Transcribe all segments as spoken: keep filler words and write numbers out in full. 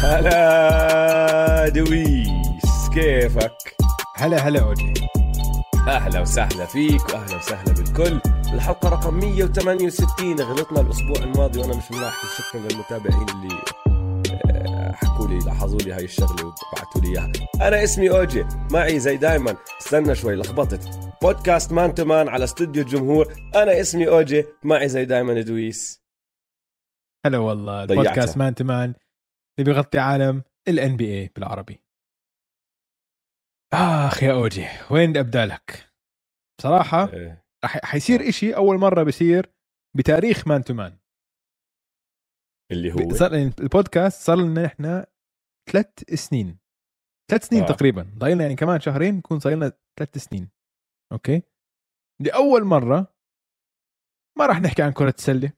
هلا دويس، كيفك؟ هلا هلا أوجي. أهلا وسهلا فيك وأهلا وسهلا بالكل. الحلقة رقم مية وثمانية وستين. غلطنا الأسبوع الماضي وأنا مش ملاحظ. شكرا للمتابعين اللي حكوا لي لاحظوا لي هاي الشغلة وبعتوا لي إياها. أنا اسمي أوجي، معي زي دايما استنى شوي لخبطت بودكاست مان تمان على استوديو الجمهور. أنا اسمي أوجي، معي زي دايما دويس. هلا والله. البودكاست مان تمان اللي بيغطي عالم ال إن بي إيه بالعربي. آخ يا أوجي، وين أبدأ لك؟ بصراحة إيه. رح حيصير إشي أول مرة بيصير بتاريخ مان تمان، اللي هو صار البودكاست صار لنا إحنا ثلاث سنين ثلاث سنين آه. تقريبا، ضايلنا يعني كمان شهرين نكون صار لنا ثلاث سنين. أوكي، لأول مرة ما راح نحكي عن كرة السلة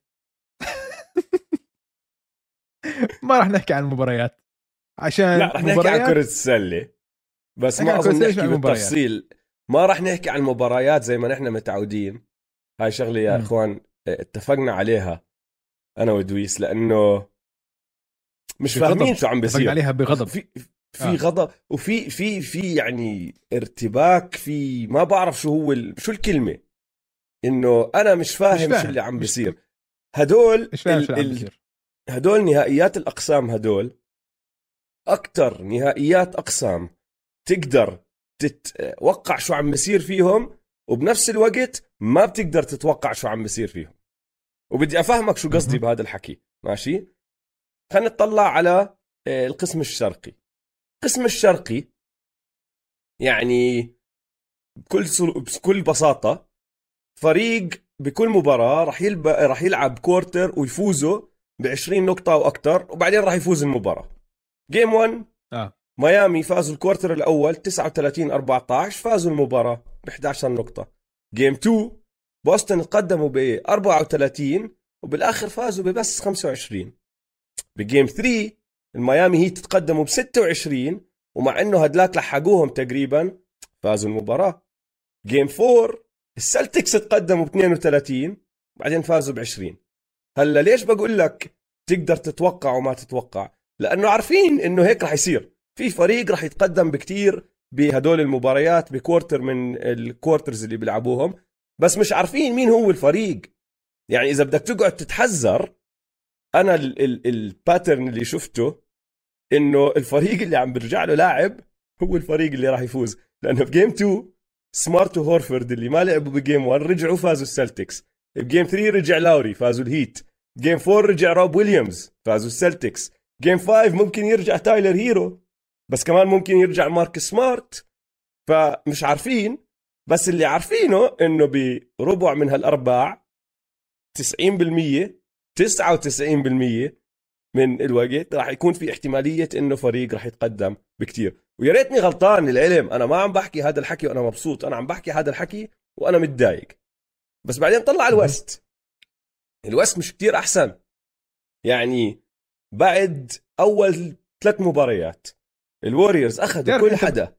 ما راح نحكي عن المباريات، عشان لا، راح نحكي عن كرة السلة بس ما أظن نحكي بالتفصيل. ما راح نحكي عن المباريات زي ما نحن متعودين. هاي شغلة يا م. إخوان اتفقنا عليها أنا ودويس، لأنه مش فاهمين شو عم بيصير. عليها بغضب، في في آه. غضب، وفي في في يعني ارتباك، في ما بعرف شو هو ال... شو الكلمة، إنه أنا مش فاهم, مش فاهم. شو اللي عم بيصير. هدول مش فاهم ال... شو اللي عم بيصير. هدول نهائيات الأقسام، هدول أكتر نهائيات أقسام تقدر تتوقع شو عم بيصير فيهم، وبنفس الوقت ما بتقدر تتوقع شو عم بيصير فيهم. وبدي أفهمك شو قصدي بهذا الحكي، ماشي؟ خلينا نطلع على القسم الشرقي. القسم الشرقي يعني بكل بكل بساطة فريق بكل مباراة راح يلعب راح يلعب كورتر ويفوزوا بعشرين نقطة وأكتر، وبعدين راح يفوز المباراة. جيم واحد آه. ميامي فازوا الكوارتر الأول تسعة وثلاثين أربعة عشر، فازوا المباراة ب إحدى عشرة نقطة. جيم اثنين بوسطن تقدموا ب أربعة وثلاثين وبالآخر فازوا ببس خمسة وعشرين. بجيم ثلاثة الميامي هي تتقدموا ب ستة وعشرين، ومع إنه هدلاك لحقوهم تقريبا فازوا المباراة. جيم أربعة السلتكس تقدموا ب اثنين وثلاثين وبعدين فازوا ب عشرين. هلا ليش بقول لك تقدر تتوقع وما تتوقع؟ لأنه عارفين إنه هيك رح يصير. في فريق رح يتقدم بكتير بهدول المباريات بكورتر من الكورترز اللي بيلعبوهم، بس مش عارفين مين هو الفريق. يعني إذا بدك تقعد تتحذر، أنا الباترن اللي شفته إنه الفريق اللي عم برجع له لاعب هو الفريق اللي راح يفوز. لأنه بجيم اثنين سمارت وهورفورد اللي ما لعبوا بجيم واحد رجعوا فازوا السلتكس. بجيم ثلاثة رجع لاوري فازوا الهيت. جيم أربعة رجع روب ويليامز فازوا السلتكس. جيم خمسة ممكن يرجع تايلر هيرو، بس كمان ممكن يرجع مارك سمارت. فمش عارفين، بس اللي عارفينه انه بربع من هالارباع تسعين بالمية تسعة وتسعين بالمية من الوقت راح يكون في احتمالية انه فريق راح يتقدم بكتير. ويا ريتني غلطان، العلم انا ما عم بحكي هذا الحكي وانا مبسوط، انا عم بحكي هذا الحكي وانا متضايق. بس بعدين طلع الوست، الوست مش كتير احسن. يعني بعد اول ثلاث مباريات الواريورز اخذوا كل حدا.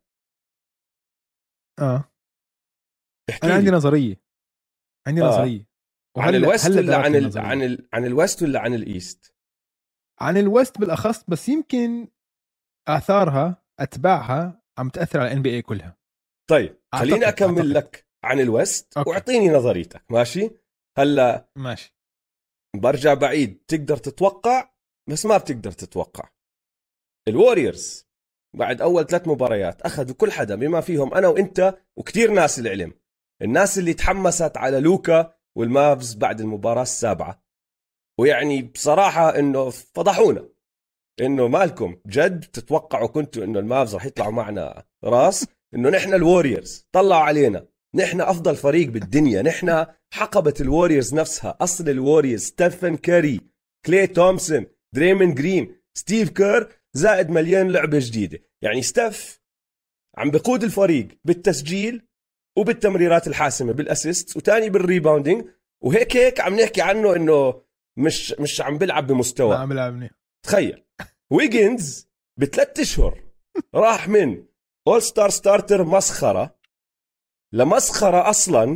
اه انا عندي نظريه عندي آه. نظريه عن الوست ولا عن ال... عن ال... عن الوست ولا عن الايست؟ عن الوست بالاخص، بس يمكن اثارها اتباعها عم تاثر على ان بي اي كلها. طيب خليني اكمل أعتقد. لك عن الوست أوكي. واعطيني نظريتك. ماشي هلا ماشي. برجع بعيد، تقدر تتوقع بس ما بتقدر تتوقع. الواريورز بعد أول ثلاث مباريات أخذوا كل حدا بما فيهم أنا وإنت وكتير ناس العلم، الناس اللي تحمست على لوكا والمافز بعد المباراة السابعة. ويعني بصراحة إنه فضحونا، إنه مالكم جد تتوقعوا كنتوا إنه المافز رح يطلعوا معنا راس؟ إنه نحن الواريورز طلعوا علينا، نحن أفضل فريق بالدنيا، نحن حقبة الواريورز نفسها، أصل الواريورز ستيفن كاري، كلي تومسون، دريمن جرين، ستيف كير، زائد مليان لعبة جديدة. يعني ستيف عم بقود الفريق بالتسجيل وبالتمريرات الحاسمة بالأسيست وتاني بالريباوندينج، وهيك هيك عم نحكي عنه إنه مش مش عم بلعب بمستوى. عم بلعبني. تخيل ويجنز بثلاث اشهر راح من اول ستار ستارتر مسخرة لمسخرة أصلا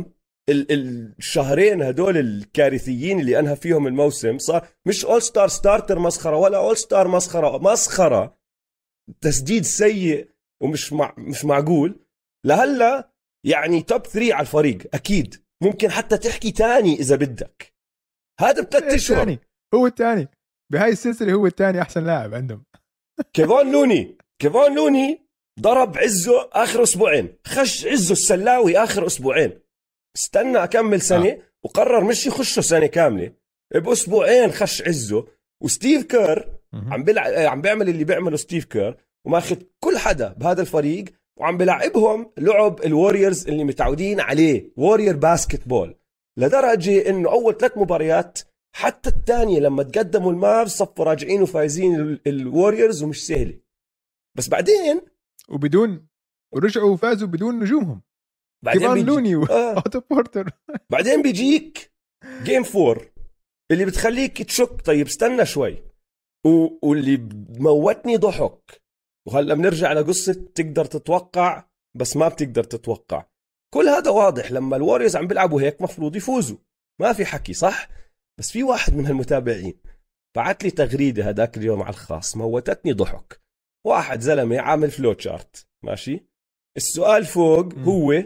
الشهرين هدول الكارثيين اللي انهى فيهم الموسم صار مش اول ستار ستارتر مسخره ولا اول ستار مسخره مسخره تسديد سيء ومش مع مش معقول لهلا. يعني توب ثلاثة على الفريق اكيد، ممكن حتى تحكي تاني اذا بدك. هذا بثلاث اشهر هو الثاني بهاي السلسله، هو الثاني احسن لاعب عندهم. كيفون لوني كيفون لوني ضرب عزه اخر اسبوعين، خش عزه السلاوي اخر اسبوعين، استنى اكمل سنه آه. وقرر مش يخشه سنه كامله، باسبوعين خش عزه. وستيف كير عم بلع... عم بيعمل اللي بيعمله ستيف كير وماخذ كل حدا بهذا الفريق وعم بلعبهم لعب الواريورز اللي متعودين عليه، واريور باسكت بول، لدرجه انه اول ثلاث مباريات حتى الثانيه لما تقدموا المافز صفوا راجعين وفايزين الواريورز ومش سهله. بس بعدين وبدون ورجعوا وفازوا بدون نجومهم، بعدين بيجي... لوني آه. وأوتو بورتر. بعدين بيجيك جيم فور اللي بتخليك تشك طيب استنى شوي و... واللي موتني ضحك. وهلا بنرجع لقصة تقدر تتوقع بس ما بتقدر تتوقع. كل هذا واضح لما الواريوز عم بيلعبوا هيك مفروض يفوزوا، ما في حكي صح. بس في واحد من هالمتابعين بعت لي تغريدة هداك اليوم على الخاص موتتني ضحك. واحد زلمة عامل فلو تشارت ماشي، السؤال فوق هو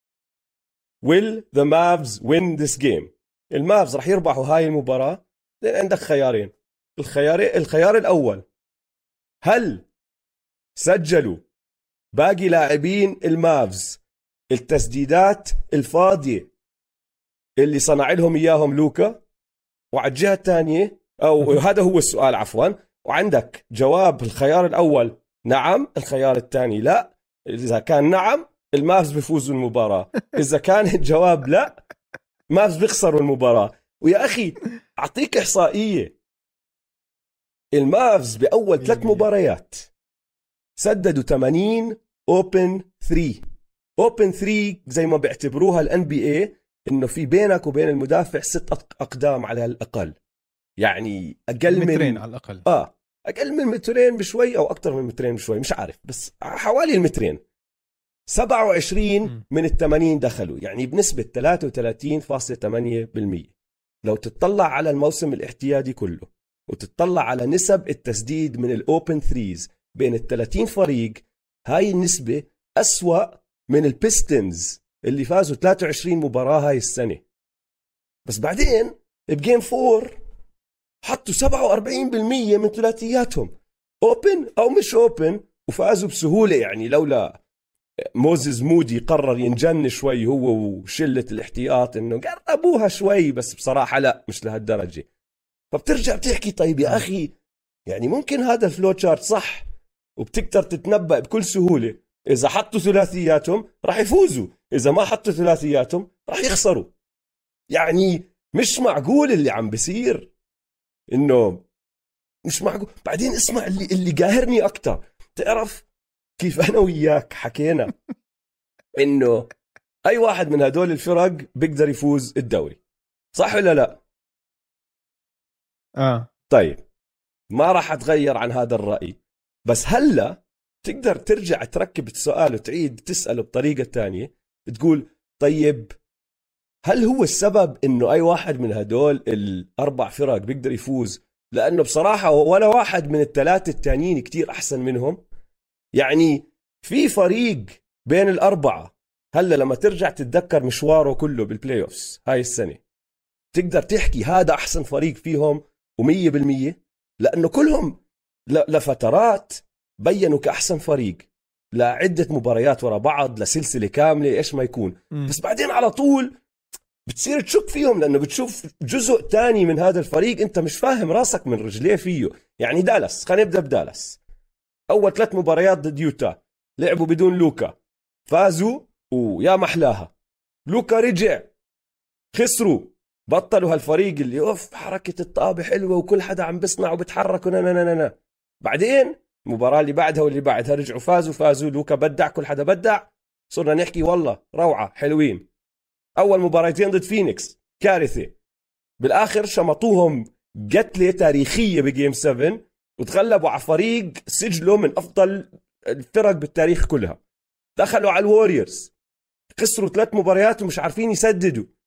will the Mavs win this game؟ المافز رح يربحوا هاي المباراة لأن عندك خيارين. الخيار الخيار الأول، هل سجلوا باقي لاعبين المافز التسديدات الفاضية اللي صنع لهم إياهم لوكا؟ وعلى الجهة الثانية أو هذا هو السؤال عفوا، وعندك جواب الخيار الأول نعم، الخيار الثاني لا. إذا كان نعم المافز بيفوزوا المباراة، إذا كان الجواب لا مافز بيخسروا المباراة. ويا أخي أعطيك إحصائية، المافز بأول ثلاث مباريات سددوا ثمانين اوبن ثلاثة. اوبن ثلاثة زي ما بيعتبروها الان بي اي انه في بينك وبين المدافع ست اقدام على الاقل، يعني اقل من مترين على الاقل. اه اقل من مترين بشوي او اكثر من مترين بشوي مش عارف، بس حوالي المترين. سبعة وعشرين م. من الثمانين دخلوا، يعني بنسبة ثلاثة وثلاثين فاصلة ثمانية بالمية. لو تتطلع على الموسم الاحتيادي كله وتتطلع على نسب التسديد من الاوبن ثريز بين الثلاثين فريق، هاي النسبة أسوأ من البيستنز اللي فازوا ثلاثة وعشرين مباراة هاي السنة. بس بعدين بجيم فور حطوا سبعة وأربعين بالمية من ثلاثياتهم اوبن او مش اوبن وفازوا بسهولة. يعني لولا موزيز مودي قرر ينجن شوي هو وشلة الاحتياط انه قربوها شوي، بس بصراحة لا مش لهالدرجة. فبترجع بتحكي طيب يا اخي يعني ممكن هذا الفلو تشارت صح وبتقدر تتنبأ بكل سهولة إذا حطوا ثلاثياتهم راح يفوزوا، إذا ما حطوا ثلاثياتهم راح يخسروا. يعني مش معقول اللي عم بيصير، إنه مش معقول. بعدين اسمع اللي اللي قاهرني أكتر، تعرف كيف أنا وياك حكينا إنه أي واحد من هدول الفرق بيقدر يفوز الدوري، صح ولا لا؟ آه طيب ما راح أتغير عن هذا الرأي، بس هلا تقدر ترجع تركب السؤال وتعيد تسأله بطريقة تانية، تقول طيب هل هو السبب إنه أي واحد من هدول الأربع فرق بيقدر يفوز لأنه بصراحة ولا واحد من الثلاثة التانيين كتير أحسن منهم؟ يعني في فريق بين الأربعة هلا لما ترجع تتذكر مشواره كله بالبلاي أوفس هاي السنة تقدر تحكي هذا أحسن فريق فيهم ومية بالمية، لأنه كلهم لفترات بينوا كأحسن فريق لعدة مباريات ورا بعض لسلسلة كاملة إيش ما يكون. م. بس بعدين على طول بتصير تشك فيهم لأنه بتشوف جزء تاني من هذا الفريق أنت مش فاهم راسك من رجليه فيه. يعني دالاس، خلينا نبدأ بدالاس. أول ثلاث مباريات ضد يوتا لعبوا بدون لوكا، فازوا ويا محلاها. لوكا رجع خسروا، بطلوا هالفريق اللي اوف حركة الطابة حلوة وكل حدا عم بيصنع وبتحرك نا نا نا نا. بعدين المباراة اللي بعدها واللي بعدها رجعوا فازوا فازوا لوكا بدع كل حدا بدع، صرنا نحكي والله روعة حلوين. أول مباراتين ضد فينيكس كارثة، بالآخر شمطوهم قتلة تاريخية بجيم سبعة وتغلبوا على فريق سجله من أفضل الفرق بالتاريخ كلها. دخلوا على الواريورز خسروا ثلاث مباريات ومش عارفين يسددوا،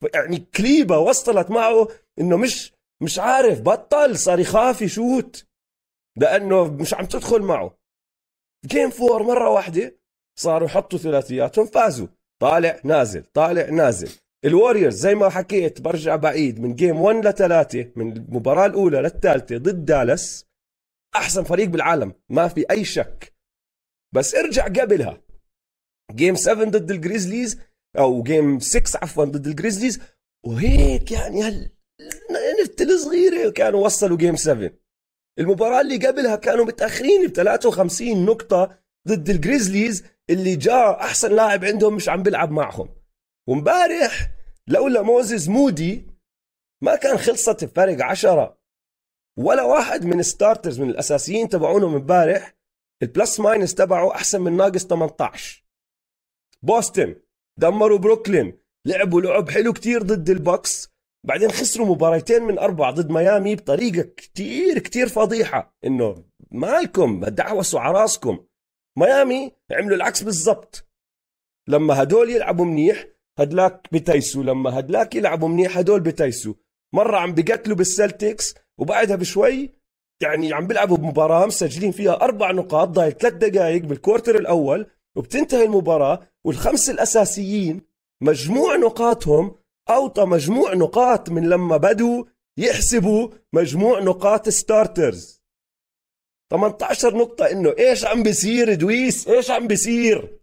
يعني كليبة وصلت معه انه مش مش عارف، بطل صار يخاف يشوت لانه مش عم تدخل معه. جيم فور مرة واحدة صاروا يحطوا ثلاثياتهم، فازوا، طالع نازل طالع نازل. الواريورز زي ما حكيت برجع بعيد، من جيم واحد لثلاثة، من المباراة الأولى للثالثة ضد دالاس، أحسن فريق بالعالم ما في أي شك. بس ارجع قبلها جيم سبعة ضد الجريزليز، أو جيم ستة عفوا ضد الجريزليز، وهيك يعني هال نفت الصغيرة كانوا وصلوا جيم سبعة. المباراة اللي قبلها كانوا متأخرين ب ثلاثة وخمسين نقطة ضد الجريزليز اللي جاء أحسن لاعب عندهم مش عم بيلعب معهم. ومبارح لولا موزيس مودي ما كان خلصت الفرق عشرة. ولا واحد من الستارترز من الأساسيين تبعونهم مبارح البلس ماينس تبعه أحسن من ناقص ثمانية عشر. بوسطن دمروا بروكلين، لعبوا لعب حلو كتير ضد البوكس، بعدين خسروا مباريتين من أربعة ضد ميامي بطريقة كتير كتير فضيحة. إنه مالكم دعوسوا عراسكم. ميامي عملوا العكس بالضبط، لما هدول يلعبوا منيح هدلاك بتيسوا، لما هدلاك يلعبوا منيح هدول بتيسوا. مرة عم بيقتلوا بالسلتكس وبعدها بشوي يعني عم بيلعبوا بمباراة مسجلين فيها أربع نقاط ضايل ثلاث دقائق بالكورتر الأول وبتنتهي المباراة، والخمس الأساسيين مجموع نقاطهم أوطى مجموع نقاط من لما بدوا يحسبوا مجموع نقاط ستارترز، ثمانية عشر نقطة. إنه إيش عم بيصير دويس، إيش عم بيصير؟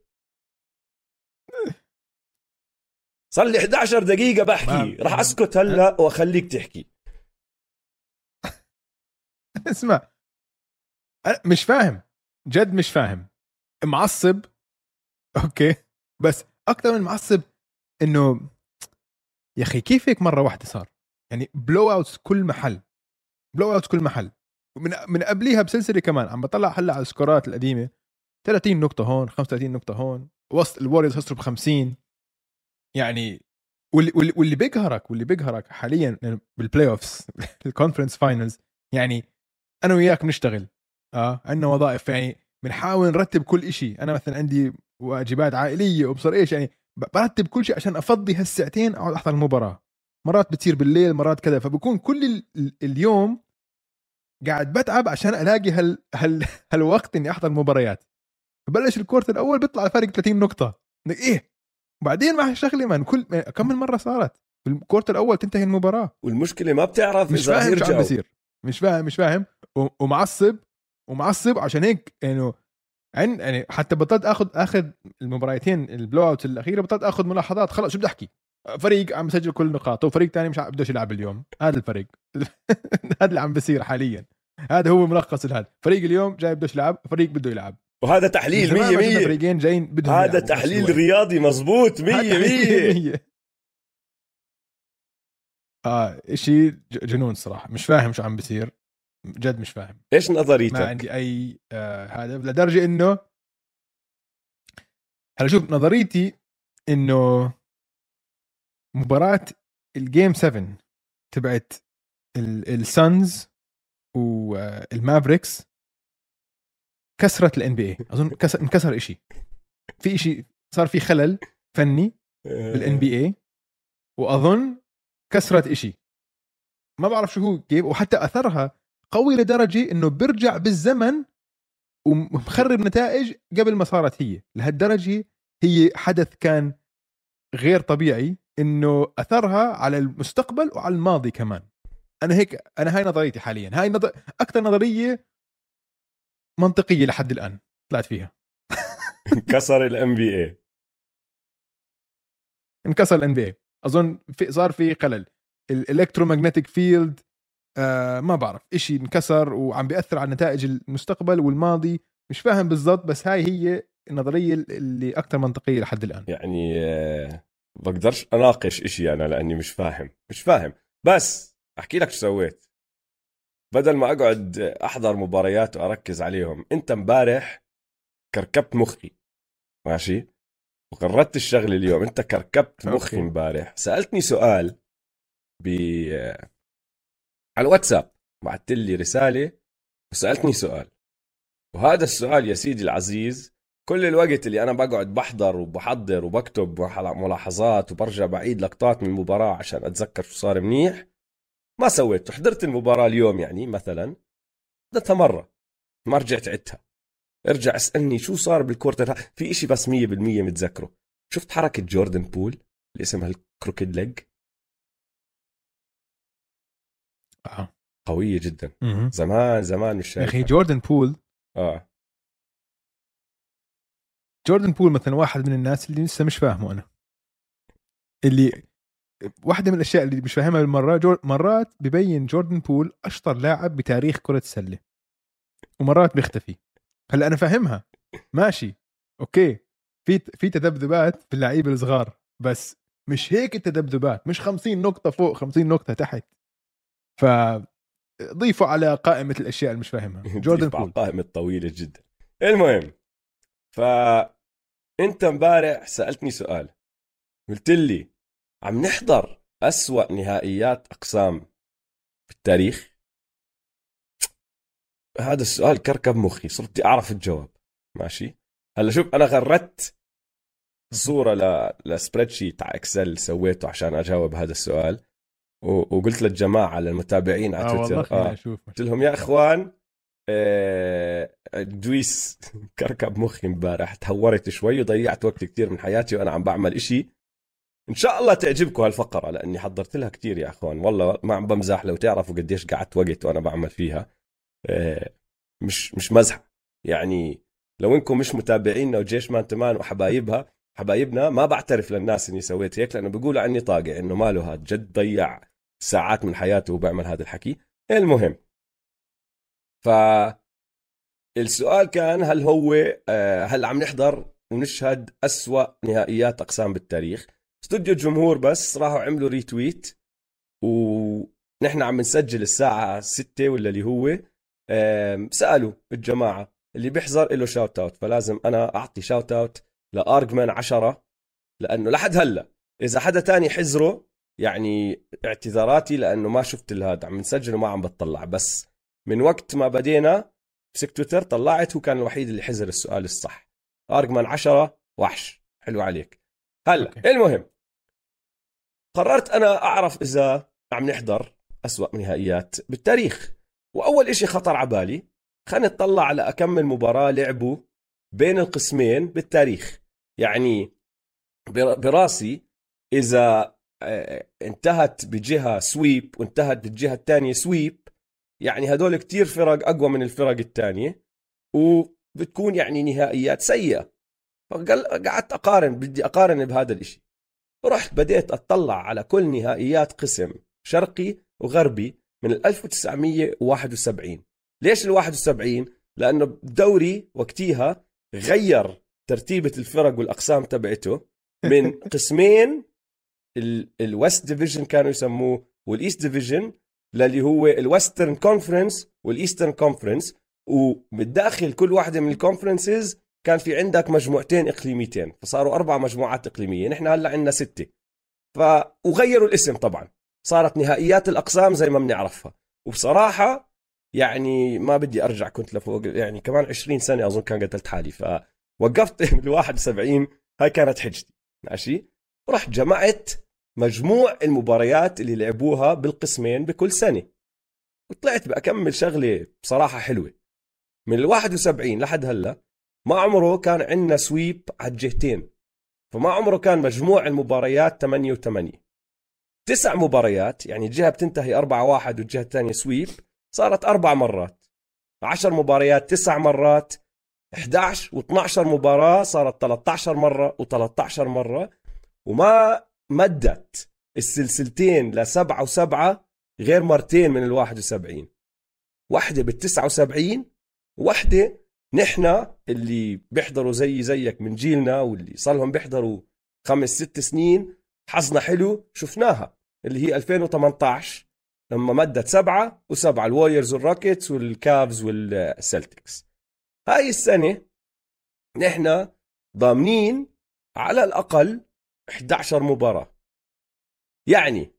صار لي إحدى عشرة دقيقة بحكي، رح أسكت هلأ وأخليك تحكي. اسمع، مش فاهم جد، مش فاهم، معصب اوكي، بس اكثر من معصب انه يا اخي كيف هيك مره واحده صار؟ يعني بلو اوتس كل محل، بلو اوتس كل محل. من من قبليها بسلسله كمان عم بطلع هلا على السكورات القديمه، ثلاثين نقطه هون، خمسة وثلاثين نقطه هون، وسط الواريورز خسروا ب خمسين. يعني واللي واللي, واللي بيقهرك واللي بيقهرك حاليا بالبلاي اوفز الكونفرنس فاينلز، يعني انا وياك بنشتغل، اه عندنا وظائف، يعني بنحاول نرتب كل إشي. انا مثلا عندي واجبات عائليه وبصير ايش، يعني برتب كل شيء عشان افضي هالساعتين اقعد احضر المباراه. مرات بتصير بالليل، مرات كذا، فبكون كل ال ال اليوم قاعد بتعب عشان الاقي هال هال هالوقت اني احضر المباريات. ببلش الكورت الاول بيطلع الفرق ثلاثين نقطه، ايه وبعدين مع الشغله من كل كم من مره صارت بالكورت الاول تنتهي المباراه. والمشكله ما بتعرف مش اذا فاهم شو عم يرجعوا. بيصير، مش فاهم مش فاهم ومعصب ومعصب عشان هيك انه عن يعني حتى بطلت اخذ اخذ المباراتين البلو اوت الاخيره، بطلت اخذ ملاحظات. خلص شو بدي احكي، فريق عم يسجل كل نقاطه وفريق تاني مش بدوش يلعب اليوم. هذا الفريق هذا اللي عم بيصير حاليا، هذا هو ملخص هذا. فريق اليوم جاي بدوش يلعب، فريق بده يلعب. وهذا تحليل مية مية، فريقين جايين بدهم هذا تحليل رياضي مزبوط مية مية. اه اشي جنون صراحه، مش فاهم شو عم بيصير جد، مش فاهم. ايش نظريتك؟ ما عندي اي آه هذا، لدرجه انه هلا شوف نظريتي انه مباراة الجيم سبعة تبعت السانز والمافريكس كسرت الان بي اي. اظن كسر انكسر اشي، في اشي صار في خلل فني بالان بي اي، واظن كسرت اشي ما بعرف شو هو كيف، وحتى اثرها قوي لدرجه انه بيرجع بالزمن ومخرب نتائج قبل ما صارت هي لهالدرجه. هي حدث كان غير طبيعي انه اثرها على المستقبل وعلى الماضي كمان. انا هيك انا هاي نظريتي حاليا، هاي نظر... اكثر نظريه منطقيه لحد الان طلعت فيها. انكسر الام بي اي، انكسر الان بي اي. اظن في صار في خلل الالكترومagnetic فيلد، آه ما بعرف إشي انكسر وعم بيأثر على نتائج المستقبل والماضي. مش فاهم بالضبط، بس هاي هي النظريه اللي اكثر منطقيه لحد الان. يعني آه بقدرش اناقش اشي انا لاني مش فاهم مش فاهم بس احكي لك شو سويت. بدل ما اقعد احضر مباريات واركز عليهم، انت مبارح كركبت مخي ماشي، وقررت الشغل اليوم. انت كركبت مخي مبارح، سألتني سؤال ب على الواتساب، بعثت لي رسالة وسألتني سؤال، وهذا السؤال يا سيدي العزيز كل الوقت اللي انا بقعد بحضر وبحضر وبكتب ملاحظات وبرجع بعيد لقطات من المباراة عشان اتذكر شو صار منيح ما سويته. حضرت المباراة اليوم يعني مثلا حضرتها مرة ما رجعت عدتها. ارجع اسألني شو صار بالكورتر في اشي بس مية بالمية متذكره. شفت حركة جوردن بول اللي اسمها الكروكيد ليج؟ آه. قوية جدا. م-م. زمان زمان مش شايف. يا اخي جوردن بول اه جوردن بول مثلا واحد من الناس اللي لسه مش فاهمه انا. اللي واحدة من الاشياء اللي مش فاهمها بالمرة جور... مرات ببين جوردن بول اشطر لاعب بتاريخ كرة السلة ومرات بيختفي. هلا انا فاهمها ماشي اوكي في في تذبذبات في اللعيبه الصغار بس مش هيك التذبذبات مش خمسين نقطة فوق خمسين نقطة تحت. ف ضيفوا على قائمة الاشياء اللي مش فاهمها جوردن بول. قائمة طويلة جدا. المهم فانت امبارح سألتني سؤال قلت لي عم نحضر أسوأ نهائيات أقسام بالتاريخ. هذا السؤال كركب مخي صرت بدي أعرف الجواب. ماشي هلا شوف أنا غردت صورة ل... لسبريد شيت على إكسل سويته عشان أجاوب هذا السؤال و... وقلت للجماعة للمتابعين على آه تويتر آه قلت لهم يا إخوان آه... دويس كركب مخي امبارح تهورت شوي وضيعت وقت كتير من حياتي وأنا عم بعمل إشي إن شاء الله تعجبكم هالفقرة لأني حضرت لها كتير يا أخوان والله ما عم بمزح. لو تعرفوا قديش قعدت وقت وأنا بعمل فيها آه... مش مش مزح يعني. لو إنكم مش متابعيننا وجيش مان تمان وحبايبها حبايبنا ما بعترف للناس اني سويت هيك لانه بيقولوا عني طاقع انه ماله هاد جد ضيع ساعات من حياته وبعمل هذا الحكي. المهم فالسؤال كان هل هو هل عم نحضر ونشهد أسوأ نهائيات أقسام بالتاريخ. استوديو الجمهور بس راحوا عملوا ريتويت ونحن عم نسجل الساعة ستة ولا اللي هو سألوا الجماعة اللي بيحضر له شاوت اوت. فلازم أنا أعطي شاوت اوت لأرجمان عشرة لأنه لحد هلأ إذا حدا تاني حزره يعني اعتذاراتي لأنه ما شفت الهاد عم نسجل وما عم بتطلع. بس من وقت ما بدينا بسك تويتر طلعت هو كان الوحيد اللي حزر السؤال الصح. أرجمان عشرة وحش حلو عليك. هلأ okay. المهم قررت أنا أعرف إذا عم نحضر أسوأ نهائيات بالتاريخ. وأول إشي خطر عبالي خلينا نطلع على أكمل مباراة لعبوا بين القسمين بالتاريخ. يعني براسي إذا انتهت بجهة سويب وانتهت بالجهة الثانية سويب يعني هدول كتير فرق أقوى من الفرق الثانية وبتكون يعني نهائيات سيئة. فقعدت أقارن بدي أقارن بهذا الإشي. رحت بديت أطلع على كل نهائيات قسم شرقي وغربي من ألف وتسعمية وواحد وسبعين. ليش الواحد وسبعين؟ لأنه الدوري وقتيها غير ترتيبة الفرق والأقسام تبعته من قسمين الويست ديفيجن كانوا يسموه والإيست ديفيجن للي هو الويسترن كونفرنس والإيسترن كونفرنس. وبالداخل كل واحدة من الكونفرنسز كان في عندك مجموعتين إقليميتين فصاروا أربع مجموعات إقليمية. نحن هلأ عندنا ستة. ف... وغيروا الاسم طبعا صارت نهائيات الأقسام زي ما بنعرفها. وبصراحة يعني ما بدي أرجع كنت لفوق يعني كمان عشرين سنة أظن كان قتلت حالي فوقفت بالواحد وسبعين. هاي كانت حجتي ماشي. ورحت جمعت مجموع المباريات اللي لعبوها بالقسمين بكل سنة وطلعت بأكمل شغلة بصراحة حلوة. من الواحد وسبعين لحد هلأ ما عمره كان عندنا سويب على الجهتين. فما عمره كان مجموع المباريات ثمانية وثمانية. تسع مباريات يعني الجهة بتنتهي أربعة واحد والجهة الثانية سويب صارت أربع مرات. عشر مباريات تسع مرات إحدى عشر واثني عشر مباراة صارت ثلاثة عشر مرة وثلاثة عشر مرة. وما مدت السلسلتين لسبعة وسبعة غير مرتين من الواحد وسبعين. واحدة بالتسعة وسبعين واحدة نحن اللي بيحضروا زي زيك من جيلنا واللي صارهم بيحضروا خمس ست سنين حظنا حلو شفناها اللي هي ألفين وثمانية عشر لما مدت سبعة وسبعة الوايرز والروكيتس والكافز والسلتكس. هاي السنة نحن ضامنين على الأقل إحدى عشر مباراة. يعني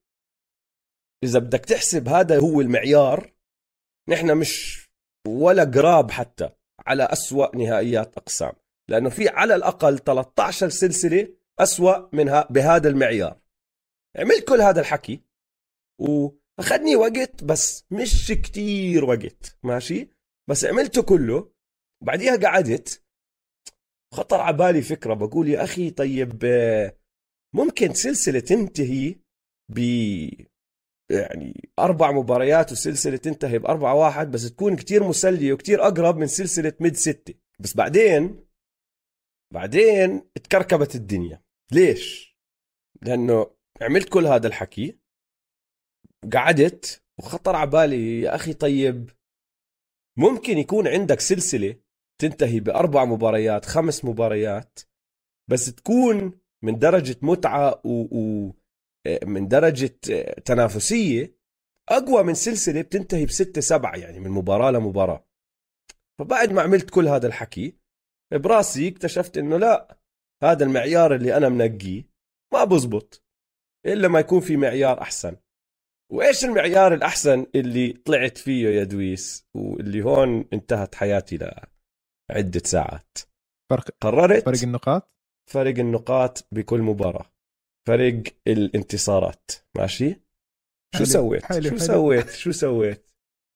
إذا بدك تحسب هذا هو المعيار نحن مش ولا قراب حتى على أسوأ نهائيات أقسام. لأنه في على الأقل ثلاثة عشر سلسلة أسوأ منها بهذا المعيار. عملت كل هذا الحكي وأخذني وقت، بس مش كتير وقت ماشي، بس عملته كله. وبعديها قعدت خطر على بالي فكرة، بقول يا أخي طيب ممكن سلسلة تنتهي ب يعني أربع مباريات وسلسلة تنتهي بأربعة واحد، بس تكون كتير مسلية وكتير أقرب من سلسلة ميد ستة. بس بعدين بعدين اتكركبت الدنيا. ليش؟ لأنه عملت كل هذا الحكي، قعدت وخطر على بالي يا أخي طيب ممكن يكون عندك سلسلة تنتهي بأربع مباريات خمس مباريات، بس تكون من درجة متعة ومن درجة تنافسية أقوى من سلسلة بتنتهي بستة سبعة، يعني من مباراة لمباراة. فبعد ما عملت كل هذا الحكي براسي اكتشفت إنه لا، هذا المعيار اللي أنا منقيه ما بزبط إلا ما يكون في معيار أحسن. وإيش المعيار الأحسن اللي طلعت فيه يا دويس، واللي هون انتهت حياتي لعدة ساعات؟ فرق قررت فرق النقاط فرق النقاط بكل مباراة، فرق الانتصارات. ماشي. شو سويت حلو شو حلو. سويت شو سويت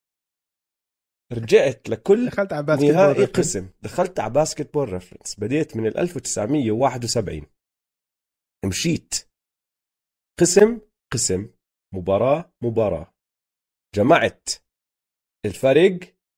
رجعت لكل دخلت على باسكت نهائي بول قسم. دخلت على باسكت بول ريفرنس، بديت من ألف وتسعمية وواحد وسبعين، مشيت قسم قسم مباراة مباراة، جمعت الفرق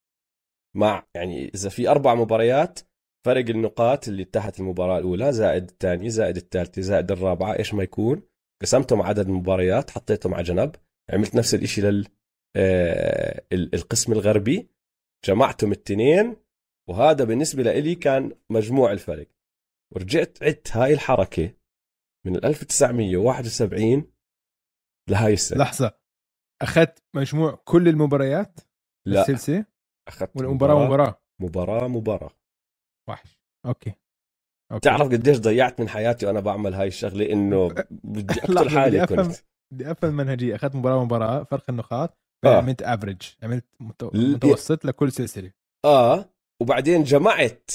مع يعني إذا في أربع مباريات فرق النقاط اللي تحت المباراة الأولى زائد الثانية زائد الثالثة زائد الرابعة إيش ما يكون، قسمتهم عدد المباريات حطيتهم على جنب. عملت نفس الإشي لل آه القسم الغربي، جمعتهم التنين، وهذا بالنسبة لإلي كان مجموع الفرق. ورجعت عدت هاي الحركة من ألف وتسعمية وواحد وسبعين لهاي السنة. لحظة، أخذت مجموع كل المباريات لا، السلسلة؟ أخذت والمباراة مباراة مباراة مباراة. وحش. أوكي. أوكي. تعرف قديش ضيعت من حياتي وأنا بعمل هاي الشغلة؟ إنه بدي أقتل حالي. بدي أفهم كنت بدي أفهم المنهجية. أخذت مباراة مباراة فرق النقاط، آه. عملت افريج، عملت متوسط لكل سلسلة. آه وبعدين جمعت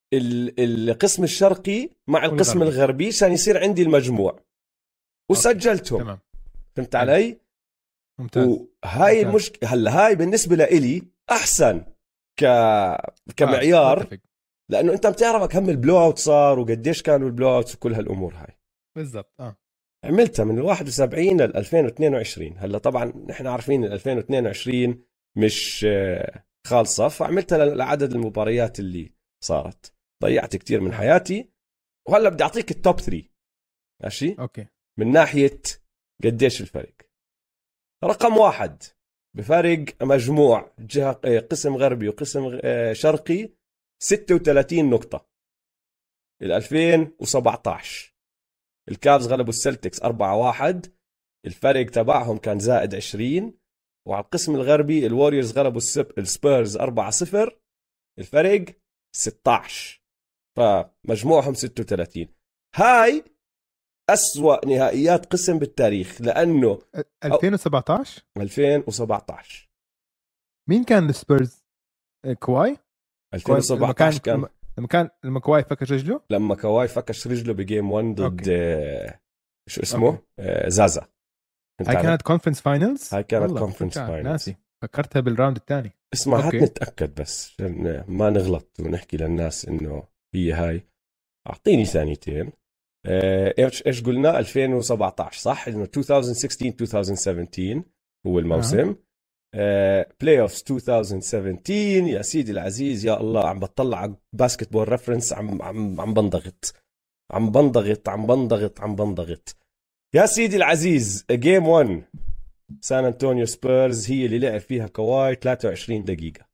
القسم الشرقي مع القسم والغربي. الغربي عشان يصير عندي المجموع وسجلتهم. تمام. فهمت علي؟ ممتاز. وهاي المشكلة. هلا هاي بالنسبة لإلي أحسن ك... كمعيار آه. لأنه أنت بتعرف كم البلو أوت صار وقديش كانوا البلو أوت وكل هالأمور هاي. بالضبط. آه. عملتها من الواحد وسبعين لل ألفين واثنين وعشرين. هلا طبعا نحن عارفين ال ألفين واثنين وعشرين مش خالصة، فعملتها لعدد المباريات اللي صارت. ضيعت كتير من حياتي، وهلا بدي أعطيك التوب ثري. ماشي. أوكي. من ناحية قديش الفرق. رقم واحد بفرق مجموع جهة قسم غربي وقسم شرقي ستة وثلاثين نقطة. ال ألفين وسبعة عشر الكافز غلبوا السلتكس أربعة واحد، الفرق تبعهم كان زائد عشرين. وعلى القسم الغربي الواريورز غلبوا السبيرز أربعة صفر، الفرق ستة عشر، فمجموعهم ستة وثلاثين. هاي أسوأ نهائيات قسم بالتاريخ، لأنه ألفين وسبعة عشر ألفين وسبعة عشر مين كان السبيرز؟ كواي. ألفين وسبعة عشر كان لما كان لما كواي فكش رجله لما كواي فكش رجله بجيم واحد ضد آه شو اسمه آه زازا. هاي كانت كونفرنس فاينلز. هاي كانت كونفرنس فاينلز. ناسي، فكرتها بالراوند الثاني. اسمع هات نتأكد بس عشان ما نغلط ونحكي للناس إنه هي هاي. أعطيني ثانيتين. ايش ايش قلنا؟ ألفين وسبعة عشر صح؟ انه ألفين وستة عشر ألفين وسبعة عشر هو الموسم. بلاي اوفز ألفين وسبعة عشر. يا سيدي العزيز يا الله، عم بطلع على باسكت بول ريفرنس، عم عم عم بنضغط عم بنضغط عم بنضغط عم بنضغط يا سيدي العزيز. جيم واحد سان أنطونيو سبيرز هي اللي لعب فيها كواي ثلاثة وعشرين دقيقة.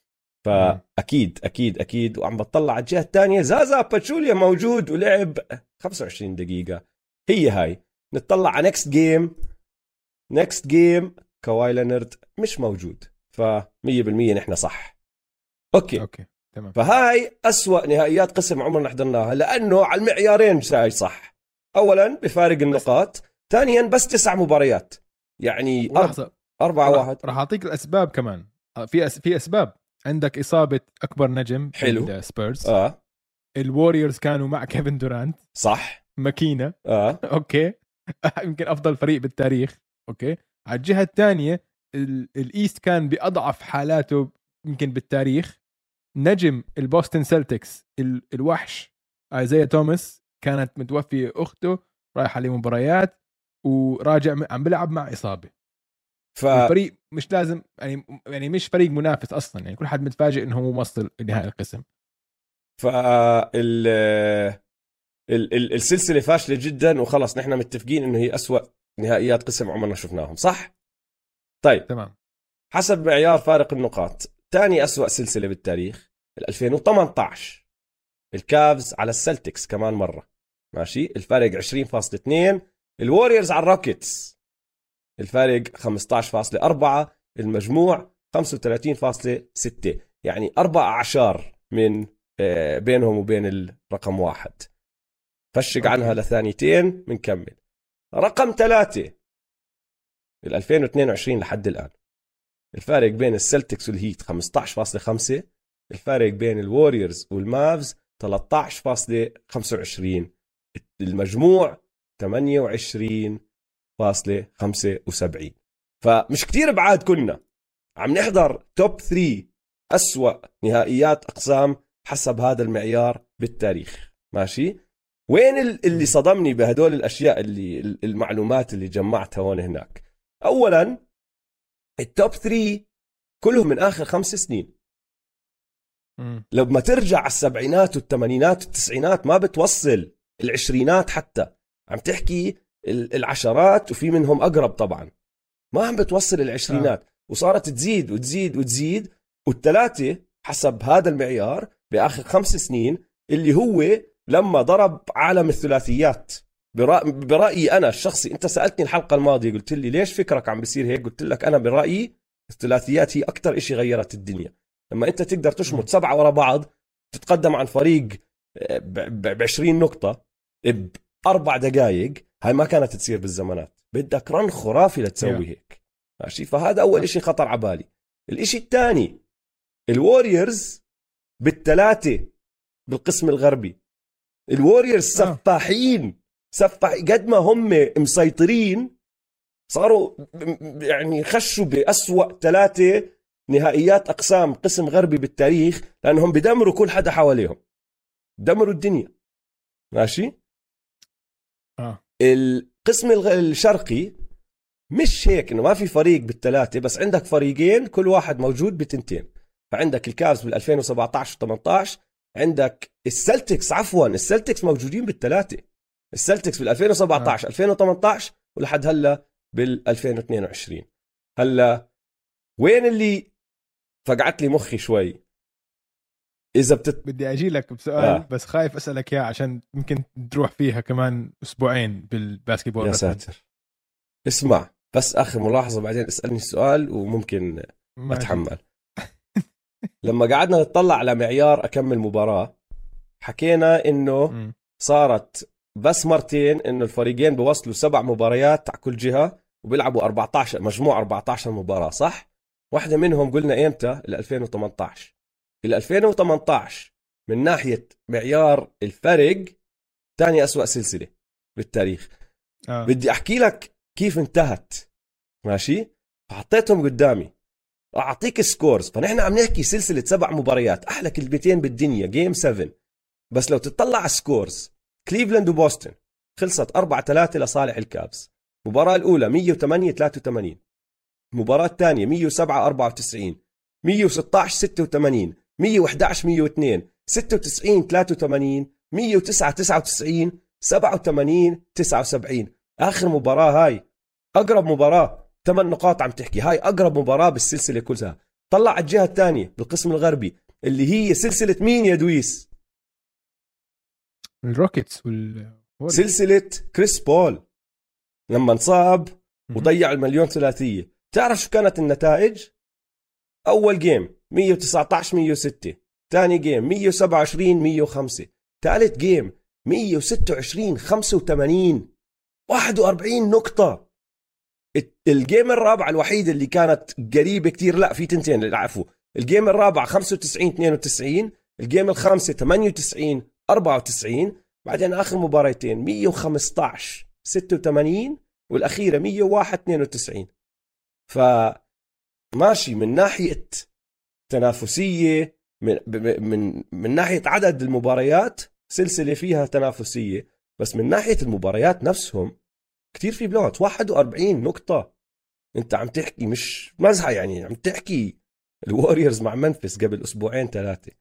فأكيد أكيد أكيد. وعم بطلع على الجهة الثانية زازا باتشوليا موجود ولعب خمسة وعشرين دقيقة. هي هاي. نتطلع على نكست جيم نكست جيم كواي لينارد مش موجود، فمية بالمية نحن صح. أوكي. أوكي تمام. فهاي أسوأ نهائيات قسم عمرنا حضرناها، لأنه على المعيارين هاي صح. أولا بفارق النقاط، ثانيا بس تسع مباريات يعني لحظة. أربعة واحد. راح أعطيك الأسباب كمان. في أس... في أسباب. عندك إصابة أكبر نجم حلو السبيرز. آه. الواريورز كانوا مع كيفن دورانت صح ماكينه اه اوكي يمكن افضل فريق بالتاريخ. اوكي على الجهه الثانيه الايست كان باضعف حالاته يمكن بالتاريخ. نجم البوستن سيلتكس الوحش ايزايا توماس كانت متوفيه اخته، رايح على مباريات وراجع عم بلعب مع اصابه. ف الفريق مش لازم يعني يعني مش فريق منافس اصلا، يعني كل حد متفاجئ انه هو وصل لنهائي القسم. ف ال... ال... ال... السلسله فاشله جدا، وخلص نحن متفقين انه هي أسوأ نهائيات قسم عمرنا شفناهم، صح؟ طيب تمام. حسب معيار فارق النقاط، ثاني أسوأ سلسله بالتاريخ ألفين وثمانية عشر، الكافز على السلتكس كمان مره، ماشي، الفارق عشرين فاصلة اثنين. الواريورز على الروكيتس الفارق خمسة عشر فاصلة أربعة، المجموع خمسة وثلاثين فاصلة ستة، يعني أربع أعشار من بينهم وبين الرقم واحد. فشق أوكي. عنها لثانيتين منكمل. رقم ثلاثة ال ألفين واثنين وعشرين لحد الآن الفارق بين السلتكس والهيت خمسة عشر فاصلة خمسة، الفارق بين الواريورز والمافز ثلاثة عشر فاصلة خمسة وعشرين، المجموع ثمانية وعشرين فاصلة خمسة وسبعين. فمش كتير بعاد، كنا عم نحضر توب ثلاثة أسوأ نهائيات أقسام حسب هذا المعيار بالتاريخ، ماشي. وين اللي صدمني بهدول الأشياء اللي المعلومات اللي جمعتها هون هناك؟ أولا التوب ثلاثة كلهم من آخر خمس سنين. لما ترجع على السبعينات والثمانينات والتسعينات ما بتوصل العشرينات، حتى عم تحكي العشرات، وفي منهم أقرب طبعا، ما عم بتوصل العشرينات. آه. وصارت تزيد وتزيد وتزيد، والثلاثة حسب هذا المعيار بآخر خمس سنين اللي هو لما ضرب عالم الثلاثيات. برأي, برأيي أنا الشخصي، أنت سألتني الحلقة الماضية قلت لي ليش فكرك عم بيصير هيك، قلت لك أنا برأيي الثلاثيات هي أكتر إشي غيرت الدنيا. لما أنت تقدر تشمط سبعة ورا بعض، تتقدم عن فريق بعشرين نقطة بأربع دقائق، هاي ما كانت تصير بالزمانات. بدك رن خرافي لتسوي هيك، ماشي. فهذا أول إشي خطر عبالي. الإشي الثاني الواريورز بالثلاثة بالقسم الغربي، الواريورز سفاحين سفاح قد ما هم مسيطرين، صاروا يعني خشوا بأسوأ ثلاثة نهائيات أقسام قسم غربي بالتاريخ، لأنهم بدمروا كل حدا حواليهم، دمروا الدنيا، ماشي. آه. القسم الشرقي مش هيك إنه ما في فريق بالثلاثة، بس عندك فريقين كل واحد موجود بتنتين. فعندك الكافز بال ألفين وسبعة عشر وثمانية عشر، عندك السلتكس عفوا السلتكس موجودين بالثلاثة، السلتكس بال ألفين وسبعة عشر آه. ألفين وثمانية عشر ولحد هلا بال ألفين واثنين وعشرين. هلا وين اللي فقعت لي مخي شوي؟ إذا بتت... بدي أجي لك بسؤال آه. بس خايف أسألك إياه عشان يمكن تروح فيها كمان أسبوعين بالباسكتبول. يا ساتر. اسمع بس آخر ملاحظة بعدين اسألني السؤال وممكن أتحمل. لما قعدنا نطلع على معيار أكمل مباراة، حكينا إنه م. صارت بس مرتين إنه الفريقين بوصلوا سبع مباريات على كل جهة وبيلعبوا أربعة عشر مجموع أربعة عشر مباراة، صح؟ واحدة منهم قلنا إمتى؟ ال ألفين وثمانية عشر. ال ألفين وثمانية عشر من ناحية معيار الفرق تاني أسوأ سلسلة بالتاريخ. آه. بدي أحكي لك كيف انتهت، ماشي؟ فحطيتهم قدامي أعطيك سكورز. فنحن عم نحكي سلسلة سبع مباريات، أحلى كلمتين بالدنيا، جيم سبعة. بس لو تطلع على سكورز، كليفلاند وبوستن خلصت أربعة ثلاثة لصالح الكابز. المباراة الأولى مية وثمانية ثلاثة وثمانين، المباراة الثانية مية وسبعة أربعة وتسعين، مية وستة عشر ستة وثمانين، مية وإحدى عشر مية واثنين، ستة وتسعين ثلاثة وثمانين، مية وتسعة تسعة وتسعين، سبعة وثمانين تسعة وسبعين. آخر مباراة هاي أقرب مباراة ثمان نقاط، عم تحكي هاي أقرب مباراة بالسلسلة كلها. طلع على الجهة الثانية بالقسم الغربي اللي هي سلسلة مين يا دويس؟ الروكيتس وال... سلسلة كريس بول لما انصاب وضيع المليون ثلاثية. تعرف شو كانت النتائج؟ أول جيم مية وتسعة عشر مية وستة، ثاني جيم مية وسبعة وعشرين مية وخمسة، ثالث جيم مية وستة وعشرين خمسة وثمانين، واحد وأربعين نقطة. الجيم الرابعة الوحيدة اللي كانت قريبة كتير، لا في تنتين عفوا، الجيم الرابعة خمسة وتسعين اثنين وتسعين، الجيم الخامسة ثمانية وتسعين أربعة وتسعين، بعدين آخر مباراتين مية وخمسة عشر ستة وثمانين، والأخيرة مية وواحد اثنين وتسعين. فماشي من ناحية تنافسية، من, من, من ناحية عدد المباريات سلسلة فيها تنافسية، بس من ناحية المباريات نفسهم كتير في بلوت. واحد وأربعين نقطة، انت عم تحكي مش مزحة يعني، عم تحكي الواريورز مع منفس قبل أسبوعين ثلاثة.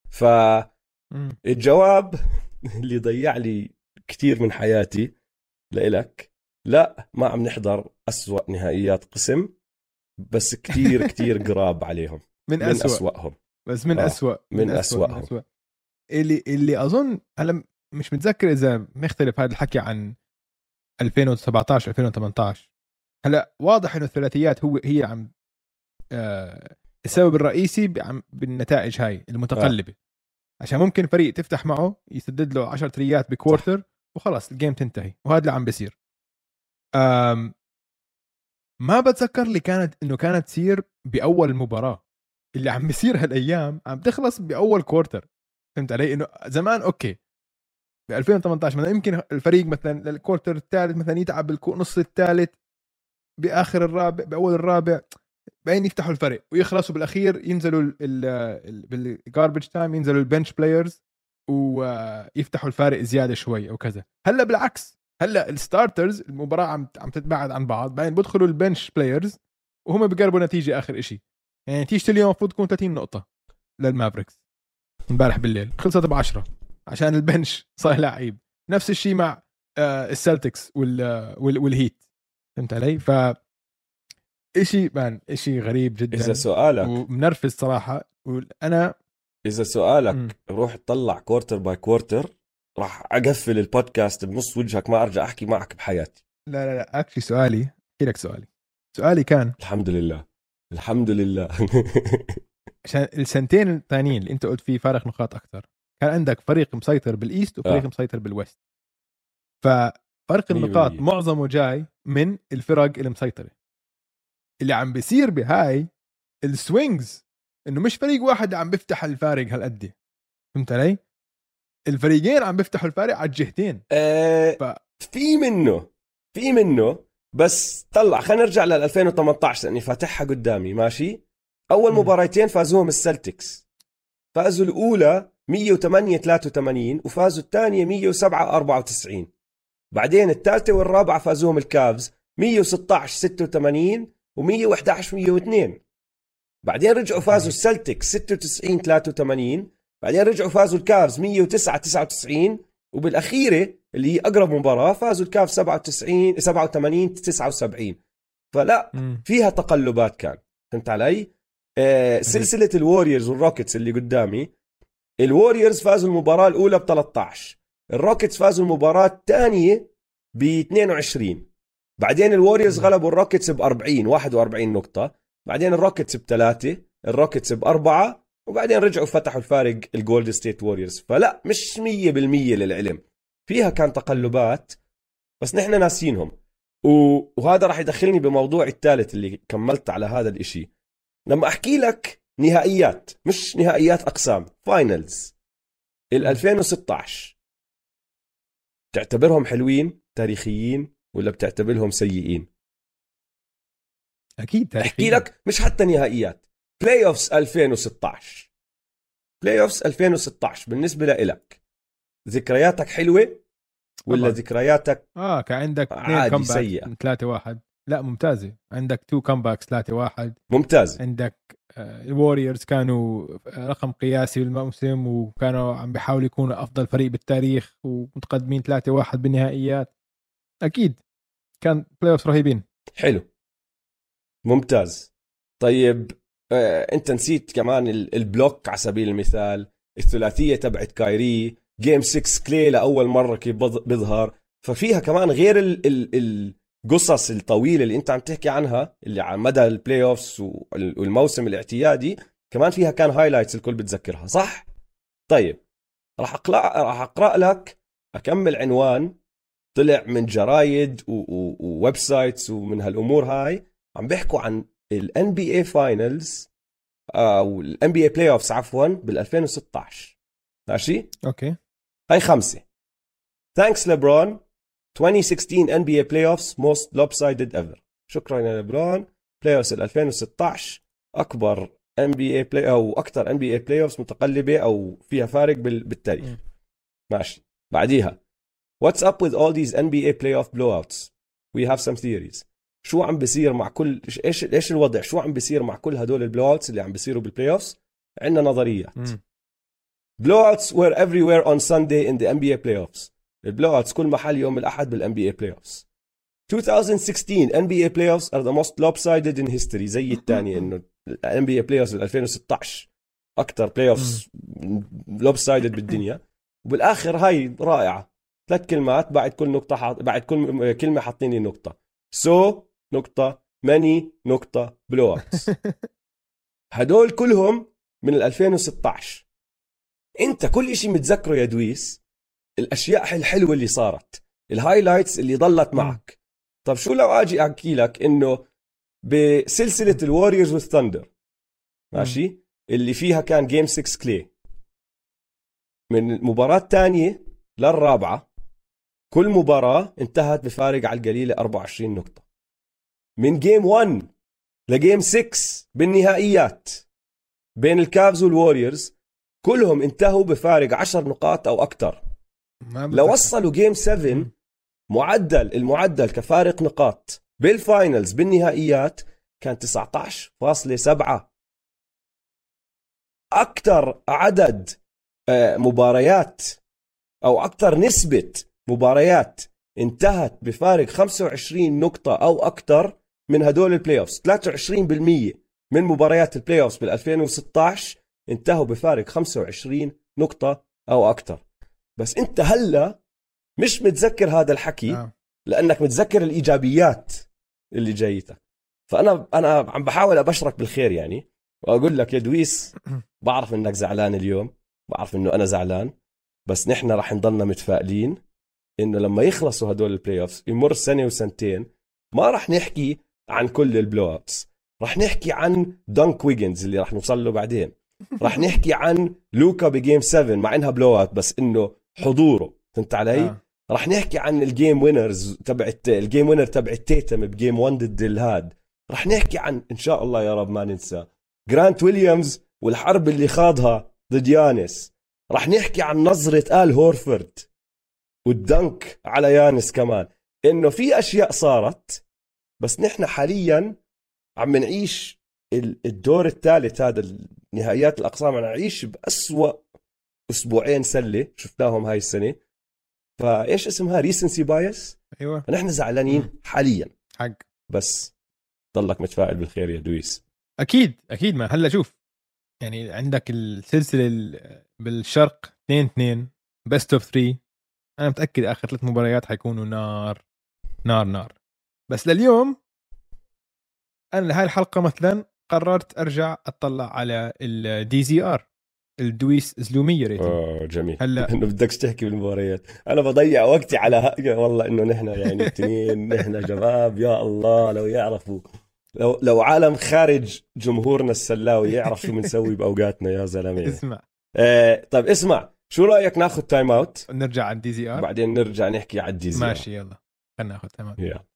فالجواب اللي ضيع لي كتير من حياتي لإلك، لا ما عم نحضر أسوأ نهائيات قسم، بس كتير كتير قراب عليهم. من, من أسوأ. أسوأهم، بس من آه. أسوأ من, من أسوأهم. من أسوأ. اللي اللي أظن هلا مش متذكر إذا مختلف هذا الحكي عن ألفين وسبعتاشر ألفين وثمانية عشر. هلا واضح إنه الثلاثيات هو هي عم آه السبب الرئيسي بالنتائج هاي المتقلبة. آه. عشان ممكن فريق تفتح معه يسدد له عشر تريات بكوارتر وخلاص الجيم تنتهي، وهذا اللي عم بيصير. آم ما بتذكر لي كانت إنه كانت تصير بأول المباراة. اللي عم بيصير هالأيام عم تخلص بأول كوارتر. فهمت علي؟ إنه زمان أوكي ب ألفين وثمانية عشر مثلا يمكن الفريق مثلا الكوارتر الثالث مثلا يتعب بالنص الثالث، بآخر الرابع بأول الرابع بعدين يفتحوا الفرق ويخلصوا، بالأخير ينزلوا بالجاربج تايم ينزلوا البنش بلايرز ويفتحوا الفارق زيادة شوي أو كذا. هلا بالعكس، هلا الستارترز المباراة عم عم تتباعد عن بعض، بعدين بدخلوا البنش بلايرز وهم بيقربوا نتيجة آخر إشي. يعني نتيجة اليوم المفروض تكون ثلاثين نقطة للمافريكس، امبارح بالليل خلصت بعشرة عشان البنش صار لعيب. نفس الشيء مع آه السلتكس وال وال والهيت. فهمت علي؟ ف إشي مان إشي غريب جدا. إذا سؤالك ومنرفز صراحة، وأنا إذا سؤالك م. روح تطلع كوارتر باي كوارتر راح أقفل البودكاست بنص وجهك، ما أرجع أحكي معك بحياتي. لا لا لا أكشي سؤالي أحكي لك سؤالي سؤالي كان الحمد لله الحمد لله عشان السنتين الثانيين اللي أنت قلت فيه فارق نقاط أكثر، كان عندك فريق مسيطر بالإيست وفريق آه. مسيطر بالويست. ففرق النقاط معظمه جاي من الفرق المسيطرة. اللي عم بيصير بهاي السوينجز إنه مش فريق واحد عم بيفتح الفارق هالقد. فهمت علي؟ الفريقين عم بيفتحوا الفارق على الجهتين. أه ف... في منه في منه بس طلع. خلينا نرجع لل ألفين وثمانية عشر لاني فاتحها قدامي. ماشي، اول م. مباراتين فازوهم السلتكس، فازوا الاولى مية وثمانية ثلاثة وثمانين وفازوا الثانيه مية وسبعة أربعة وتسعين. بعدين الثالثه والرابعه فازوهم الكافز مية وستة عشر ستة وثمانين ومية وأحد عشر مية واثنين. بعدين رجعوا فازوا السلتكس ستة وتسعين ثلاثة وثمانين. بعدين رجعوا فازوا الكافز مية وتسعة تسعة وتسعين، وبالأخيرة اللي هي أقرب مباراة فازوا الكافز سبعة وتسعين سبعة وثمانين تسعة وسبعين. فلا فيها تقلبات كان. فهمت علي؟ آه سلسلة الواريورز والروكيتس اللي قدامي، الواريورز فازوا المباراة الأولى ب ثلاثة عشر، الروكيتس فازوا المباراة الثانية ب اثنين وعشرين. بعدين الواريورز غلبوا الروكيتس ب أربعين واحد وأربعين نقطة. بعدين الروكيتس بثلاثة، الروكيتس بأربعة، وبعدين رجعوا فتحوا الفارق الجولد ستيت ووريرز. فلا مش مية بالمية للعلم، فيها كان تقلبات بس نحن ناسينهم. وهذا راح يدخلني بموضوع الثالث اللي كملت على هذا الاشي. لما احكي لك نهائيات، مش نهائيات اقسام، فاينلز ال ألفين وستة عشر، تعتبرهم حلوين تاريخيين ولا بتعتبرهم سيئين؟ اكيد تاريخيين. احكي لك مش حتى نهائيات، بلاي اوفس ألفين وستة عشر، بلاي اوفس ألفين وستة عشر بالنسبه لإلك ذكرياتك حلوه ولا طبعا. ذكرياتك اه كان عندك اثنين كومباك ثلاثة واحد؟ لا ممتازه. عندك تو كومباكس ثلاثة واحد ممتاز. عندك الواريورز آه كانوا رقم قياسي بالموسم، وكانوا عم بيحاولوا يكونوا افضل فريق بالتاريخ ومتقدمين ثلاثة واحد بالنهائيات. اكيد كان بلاي اوفس رهيبين. حلو ممتاز. طيب آه، انت نسيت كمان البلوك على سبيل المثال، الثلاثيه تبعت كايري، جيم ستة كلي لاول مره كيف بيظهر. ففيها كمان غير القصص الطويله اللي انت عم تحكي عنها اللي على مدى البلاي اوفس والموسم الاعتيادي، كمان فيها كان هايلايتس الكل بتذكرها صح. طيب راح اقرا راح اقرا لك اكمل عنوان طلع من جرايد وويب سايتس ومن هالامور هاي، عم بيحكوا عن ال إن بي إيه Finals او ال إن بي إيه Playoffs عفوا بال ألفين وستة عشر. ماشي اوكي. هاي خمسة. Thanks LeBron twenty sixteen إن بي إيه playoffs most lopsided ever. شكرا يا ليبرون. playoffs ألفين وستة عشر أكبر إن بي إيه play أو أكتر إن بي إيه playoffs متقلبة أو فيها فارق بالتاريخ. م. ماشي. بعديها What's up with all these إن بي إيه playoff blowouts? We have some theories. شو عم بيصير مع كل إيش إيش الوضع؟ شو عم بيصير مع كل هدول البلوأوتس اللي عم بيصيروا بالبلايوفs؟ عندنا نظريات. م. blowouts were everywhere on Sunday in the إن بي إيه playoffs. البلوأوتس كل محل يوم الأحد بالإن بي إيه playoffs. twenty sixteen إن بي إيه playoffs are the most lopsided in history. زي الثاني إنه إن بي إيه playoffs ألفين وستة عشر أكتر playoffs lopsided بالدنيا. وبالآخر هاي رائعة. ثلاث كلمات بعد كل نقطة حاط... بعد كل كلمة حاطيني نقطة. so نقطة many نقطة blowouts. هدول كلهم من ألفين وستة عشر. أنت كل إشي متذكره يا دويس الأشياء الحلوة اللي صارت الهايلايتس اللي ضلت معك. طب شو لو أجي أحكي لك إنه بسلسلة الواريورز والثندر ماشي اللي فيها كان جيم ستة كلي من مباراة تانية للرابعة كل مباراة انتهت بفارق على القليلة أربعة وعشرين نقطة. من جيم واحد لجيم ستة بالنهائيات بين الكافز والواريورز كلهم انتهوا بفارق عشر نقاط أو أكتر. لو وصلوا جيم سبعة معدل المعدل كفارق نقاط بالفاينلز بالنهائيات كان تسعة عشر فاصلة سبعة. أكتر عدد مباريات أو أكتر نسبة مباريات انتهت بفارق خمسة وعشرين نقطة أو أكتر من هدول البلاي أوفز. ثلاثة وعشرين بالمية من مباريات البلاي أوفز بالألفين وستة عشر انتهوا بفارق خمسة وعشرين نقطة أو أكتر. بس أنت هلأ مش متذكر هذا الحكي لأنك متذكر الإيجابيات اللي جايتك. فأنا أنا عم بحاول أبشرك بالخير يعني وأقول لك يا دويس بعرف إنك زعلان اليوم بعرف إنه أنا زعلان بس نحن رح نضلنا متفائلين إنه لما يخلصوا هدول البلاي أوفز يمر سنة وسنتين ما رح نحكي عن كل البلو أوتس. رح نحكي عن دانك ويجنز اللي رح نوصل له بعدين. رح نحكي عن لوكا بجيم سبعة مع إنها بلو أوت بس إنه حضوره فهمت علي. آه. رح نحكي عن الجيم وينرز تبعت الجيم وينر تبع تيتم بجيم واحد ضد الهاد. رح نحكي عن إن شاء الله يا رب ما ننسى جرانت ويليامز والحرب اللي خاضها ضد يانس. رح نحكي عن نظرة آل هورفورد والدنك على يانس كمان. إنه في أشياء صارت بس نحن حاليا عم نعيش الدور الثالث هذا نهائيات الأقسام. عم نعيش بأسوأ أسبوعين سلة شفناهم هاي السنة. فإيش اسمها ريسنسي بايس. أيوة نحن زعلانين م. حاليا حق بس ضلك متفائل بالخير يا دويس. أكيد أكيد. ما هلا شوف يعني عندك السلسلة بالشرق اثنين اثنين بست اوف ثري. أنا متأكد آخر ثلاث مباريات حيكونوا نار نار نار. بس لليوم أنا لهاي الحلقة مثلا قررت أرجع أطلع على الدي زي آر الدويس زلومية ريتنج. اه جميل. هلا انه بدكش تحكي بالمباريات. انا بضيع وقتي على ها... والله انه نحن يعني اثنين نحن شباب يا الله لو يعرفوا لو لو عالم خارج جمهورنا السلاوي يعرف شو بنسوي باوقاتنا يا زلمه. اسمع آه طيب اسمع شو رايك ناخذ تايم اوت نرجع على الدي زي ار بعدين نرجع نحكي على الدي زي ار. ماشي يلا خلينا ناخذ تايم اوت. يلا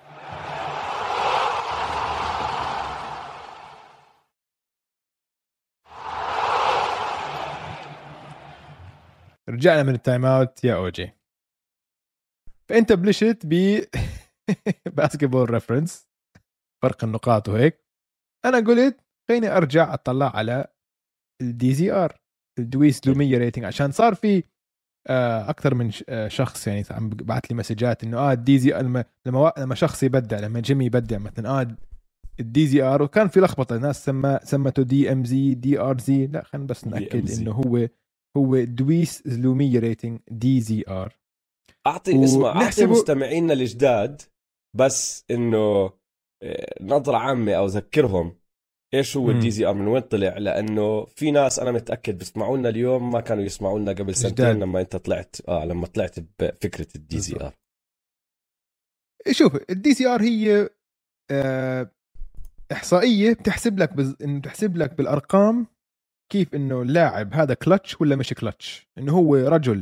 رجعنا من التايم اوت يا اوجي. فانت بلشت ب باسكتبول ريفرنس فرق النقاط وهيك. انا قلت خليني ارجع اطلع على الدي زي ار الدويس لومية ريتنج عشان صار في اكثر من شخص يعني عم بعث لي مسجات انه اه الدي زي لما لما لما شخص يبدع لما جيمي يبدع مثلا اه الدي زي ار وكان في لخبطه الناس سمى سمته دي ام زي دي ار زي. لا خلينا بس ناكد انه هو هو دويس زلومية ريتنج دي زي ار. اعطي اسمع اعطي مستمعينا الجداد بس انه نظره عامه او ذكرهم ايش هو الدي زي ار من وين طلع لانه في ناس انا متاكد بيسمعوا لنا اليوم ما كانوا يسمعوا لنا قبل سنتين لما انت طلعت اه لما طلعت بفكره الدي زي ار. شوف الدي زي ار هي آه احصائيه بتحسب لك بز... انه بتحسب لك بالارقام كيف انه اللاعب هذا كلتش ولا مش كلتش. انه هو رجل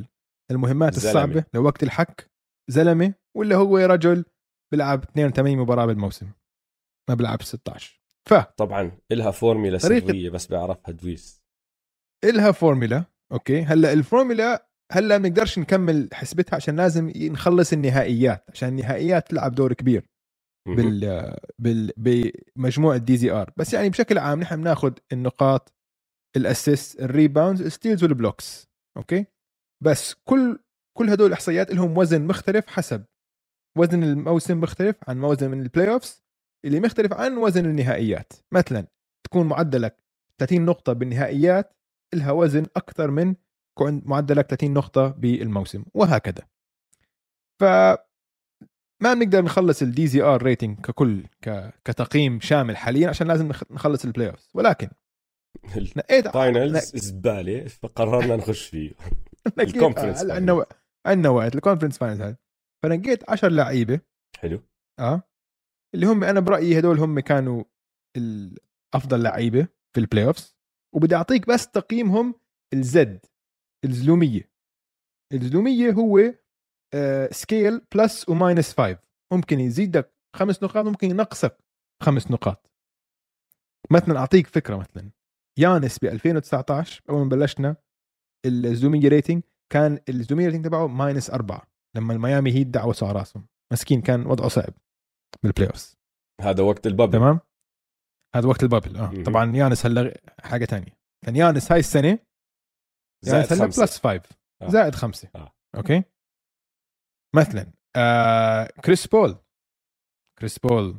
المهمات زلمة. الصعبة لوقت الحك زلمة، ولا هو رجل بيلعب اثنين وثمانين مباراة بالموسم ما بيلعب ستة عشر. ف طبعا إلها فورميلا طريقة سرية بس بيعرفها دويس. إلها فورمولا. أوكي هلا الفورمولا هلا ما نقدرش نكمل حسبتها عشان لازم نخلص النهائيات، عشان النهائيات تلعب دور كبير بال بال بمجموعة دي زي ار. بس يعني بشكل عام نحن بناخذ النقاط، الاسيست، الريباوندز، الستيلز والبلوكس. اوكي بس كل كل هدول الاحصائيات لهم وزن مختلف حسب وزن الموسم، مختلف عن وزن من البلاي اوفز اللي مختلف عن وزن النهائيات. مثلا تكون معدلك ثلاثين نقطة بالنهائيات لها وزن أكثر من كون معدلك ثلاثين نقطة بالموسم، وهكذا. ف ما بنقدر نخلص الدي زي ار ريتنج ككل ك... كتقييم شامل حاليا عشان لازم نخلص البلاي اوفز، ولكن نقيت فاينلز زبالة فقررنا نخش فيه الكونفرنس. عندنا عندنا وقت الكونفرنس فاينلز، فنقيت عشر لعيبة. حلو. اه اللي هم انا برايي هدول هم كانوا الافضل لعيبه في البلاي اوفز، وبدي اعطيك بس تقييمهم الزد الزلوميه. الزلوميه هو آه سكيل بلس وماينس خمسة، ممكن يزيدك خمس نقاط ممكن ينقصك خمس نقاط. مثلا اعطيك فكره، مثلا يانس ب ألفين وتسعة عشر اول ما بلشنا الزلوميه ريتنج كان الزلوميه ريتنج تبعه ماينس أربعة، لما الميامي هيت دعوسوا على راسهم مسكين كان وضعه صعب بالبلاي اوفز. هذا وقت البابل. تمام هذا وقت البابل. اه م-م. طبعا يانس هلا حاجه تانية. كان يانس هاي السنه زائد هلا خمسة بلس خمسة آه. زائد خمسة آه. اوكي. مثلا آه كريس بول كريس بول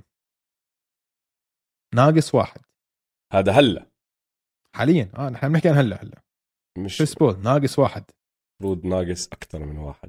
ناقص واحد هذا هلا حاليا. اه نحن بنحكي عن هلا هلا مش كريس بول ناقص واحد، المفروض ناقص اكثر من واحد.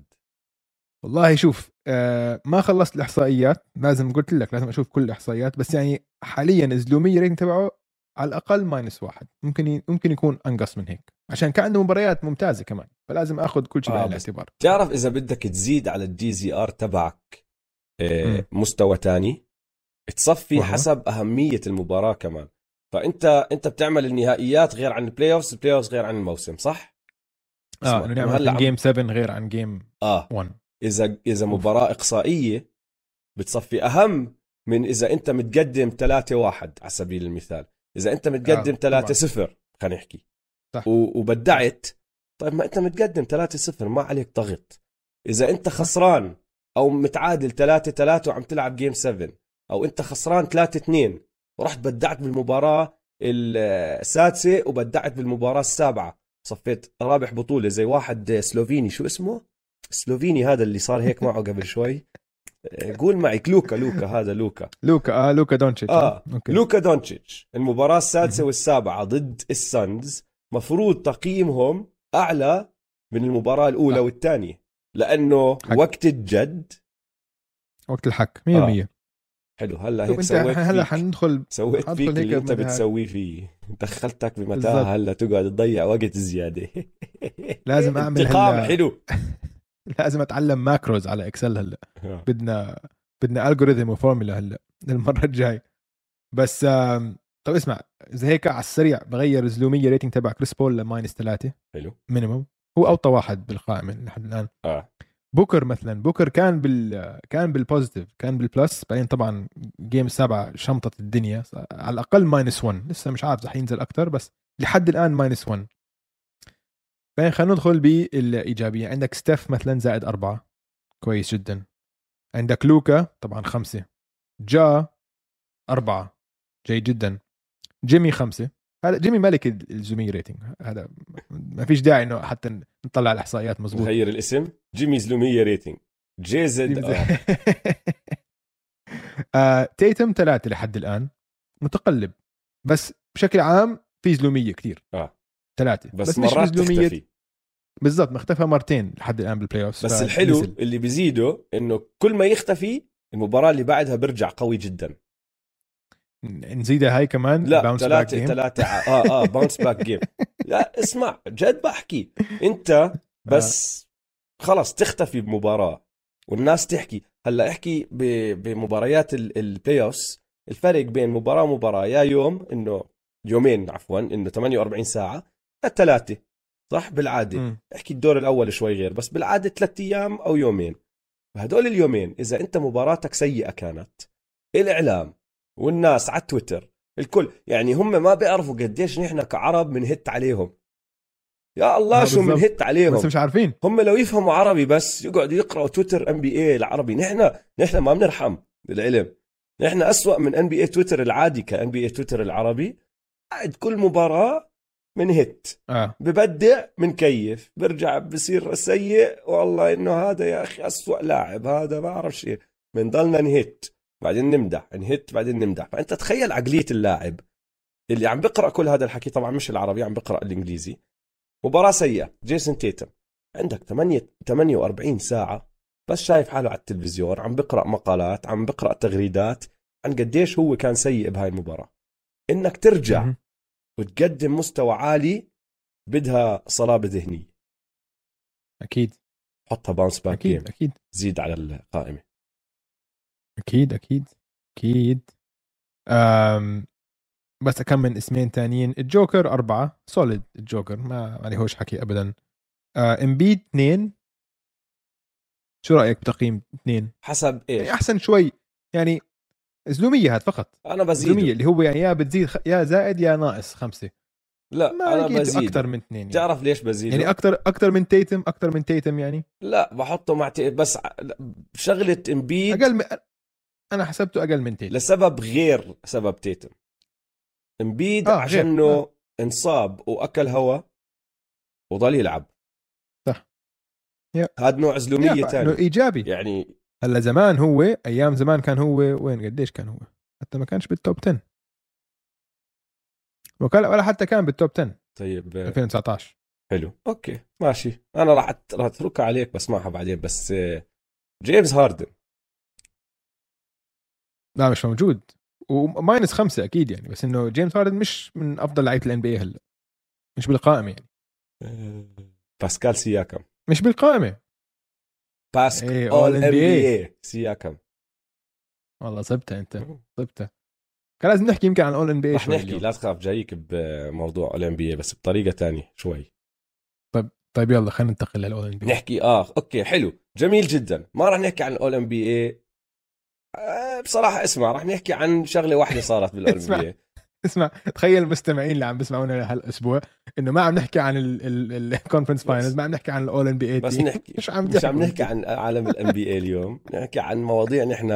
والله شوف آه ما خلصت الاحصائيات، لازم قلت لك لازم اشوف كل الاحصائيات، بس يعني حاليا الزلوميه ريتنج تبعه على الاقل ماينس واحد، ممكن ي... ممكن يكون انقص من هيك عشان كان عنده مباريات ممتازه كمان، فلازم اخذ كل شيء آه بعين بس الاعتبار. تعرف اذا بدك تزيد على الدي زي ار تبعك آه مستوى تاني تصفي وهو. حسب اهميه المباراه كمان. فانت انت بتعمل النهائيات غير عن البلاي اوفز، البلاي اوفز غير عن الموسم، صح؟ اه انه نعمل هلا عم... جيم سبعة غير عن جيم اه واحد. اذا اذا أوف. مباراه اقصائيه بتصفي اهم من اذا انت متقدم ثلاثة واحد على سبيل المثال. اذا انت متقدم آه. ثلاثة صفر خلينا نحكي صح. و... وبدعت، طيب ما انت متقدم ثلاثة صفر ما عليك ضغط. اذا انت خسران او متعادل ثلاثة ثلاثة وعم تلعب جيم سبعة، او انت خسران ثلاثة اثنين ورحت بدعت بالمباراه السادسه وبدعت بالمباراه السابعه، صفيت رابح بطوله زي واحد سلوفيني، شو اسمه سلوفيني هذا اللي صار هيك معه قبل شوي، قول معي لوكا لوكا هذا لوكا لوكا اه لوكا دونتشيتش. اه أوكي. لوكا دونتشيتش المباراه السادسه والسابعه ضد السانز مفروض تقييمهم اعلى من المباراه الاولى والثانيه، لانه حق. وقت الجد وقت الحك مية بالمية. آه. حلو. هلا طب هيك انت سويت هلا فيك حندخل سويت حندخل فيك هيك اللي انت بمتاهة. بتسويه فيه، دخلتك بالضبط. بمتاهه هلا تقعد تضيع وقت زياده. لازم اعمل انتقام هلا حلو. لازم اتعلم ماكروز على اكسل هلا. آه. بدنا بدنا الجوريثم وفورمولا هلا المره الجاي. بس آم... طب اسمع، زي هيك على السريع بغير زلوميه ريتنج تبع كريس بول لماينس ثلاثة حلو. مينيموم، هو اوطى واحد بالقائمه لحد الان. اه بوكر مثلا بوكر كان بال كان بالبوزيتيف كان بالبلس، بعدين طبعا جيم السابعة شمطت الدنيا، على الاقل ماينس واحد، لسه مش عارف رح ينزل اكثر بس لحد الان ماينس واحد. بعدين خلينا ندخل بالايجابيه. عندك ستيف مثلا زائد أربعة كويس جدا. عندك لوكا طبعا خمسة، جا أربعة جيد جدا، جيمي خمسة. هذا جيمي ملك الزومي ريتنج، هذا ما فيش داعي انه حتى نطلع على الاحصائيات مزبوط. نغير الاسم جيمي زلومية ريتنج جي زد ار. آه، تيتم ثلاثة لحد الآن متقلب، بس بشكل عام في زلومية كتير. اه ثلاثة بس, بس مرات مش زلومية تختفي. بالضبط، مختفى مرتين لحد الآن بالبلاي اوف. بس الحلو اللي بيزيده انه كل ما يختفي المباراة اللي بعدها برجع قوي جدا. نزيدها هاي كمان لا ثلاثة ثلاثة اه اه باونس باك جيم. لا اسمع جد بحكي انت بس خلص تختفي بمباراة والناس تحكي. هلا احكي بمباريات البلاي اوفز الفرق بين مباراة ومباراة يا يوم انه يومين عفوا انه ثمانية وأربعين ساعة، ثلاثة صح بالعاده. مم. احكي الدور الاول شوي غير، بس بالعاده ثلاث ايام او يومين. وهدول اليومين اذا انت مباراتك سيئه كانت، الاعلام والناس على تويتر الكل يعني هم ما بيعرفوا قديش نحن كعرب منهت عليهم. يا الله آه شو بالضبط. منهت عليهم. بس مش عارفين. هم لو يفهموا عربي بس يقعدوا يقرأوا تويتر ام بي اي العربي. نحن نحن ما بنرحم بالعلم. نحن أسوأ من ان بي اي تويتر العادي كان بي اي تويتر العربي. قاعد كل مباراة من هت اه ببدع من كيف برجع بصير سيء، والله انه هذا يا اخي أسوأ لاعب، هذا ما اعرف شيء، بنضلنا نهت بعدين نمدح، نهت بعدين نمدح. فانت تخيل عقلية اللاعب اللي عم بقرأ كل هذا الحكي، طبعا مش العربي، عم بقرأ الانجليزي. مباراة سيئة، جيسون تيتم عندك ثمانية وأربعين ساعة بس شايف حاله على التلفزيون، عم بقرأ مقالات، عم بقرأ تغريدات عن قديش هو كان سيء بهاي المباراة. انك ترجع مم. وتقدم مستوى عالي بدها صلابة ذهنية. اكيد حطها باونس باك اكيد جيم، اكيد زيد على القائمة. اكيد اكيد اكيد. أم بس اكمل اسمين تانيين. الجوكر أربعة سوليد، الجوكر ما عليهوش حكي ابدا. آه امبيد اثنين. شو رايك بتقييم اثنين؟ حسب ايش؟ يعني احسن شوي يعني، زلوميه هاد فقط. انا بزيده. زلوميه اللي هو يعني يا بتزيد خ... يا زائد يا ناقص خمسة. لا ما انا لقيته بزيده. اكثر من اثنين يعني. تعرف ليش بزيده؟ يعني اكثر اكثر من تيتم، اكثر من تيتم يعني. لا بحطه مع تي... بس ع- شغلة امبيد اقل من... انا حسبته اقل من تيتم لسبب غير سبب تيتم. امبيد اه غير عشانه آه. انصاب واكل هوا وضل يلعب. صح. هذا نوع زلوميه انه ثاني ايجابي. يعني. هلا زمان هو ايام زمان كان هو وين قديش كان هو؟ حتى ما كانش بالتوب عشرة، وكان ولا حتى كان بالتوب عشرة طيب ألفين وتسعطعش. حلو اوكي ماشي. انا راح أت- راح اتركها عليك بسمعها بعدين. بس آه، جيمس هاردن لا مش موجود، وماينس خمسة اكيد يعني. بس انه جيمس هاردن مش من افضل لعيبه الان بي اي هلا، مش بالقائمه يعني. آه، باسكال سياكم. مش بالقائمه. باسك ايه اول اول ام ان بي بي اي. اي سياكم. والله صبتها انت، صبتها. كان لازم نحكي يمكن عن اول ان بي اي راح شوي نحكي اليوم. لا تخاف، جايك بموضوع اول ام بي اي بس بطريقه تانية شوي. طيب طيب يلا خلينا ننتقل للاول ان بي اي. نحكي اه اوكي حلو جميل جدا. ما راح نحكي عن الاول ام بي اي بصراحه. اسمع راح نحكي عن شغله واحده صارت بالاول ام اسمع بي اي. اسمع، تخيل المستمعين اللي عم بيسمعونا هالاسبوع انه ما عم نحكي عن الكونفرنس فاينلز، ما عم نحكي عن الاول ان بي اي بس تيم. نحكي مش عم مش عم تحكوا نحكي انتوا. عن عالم الام بي اي اليوم. نحكي عن مواضيع نحن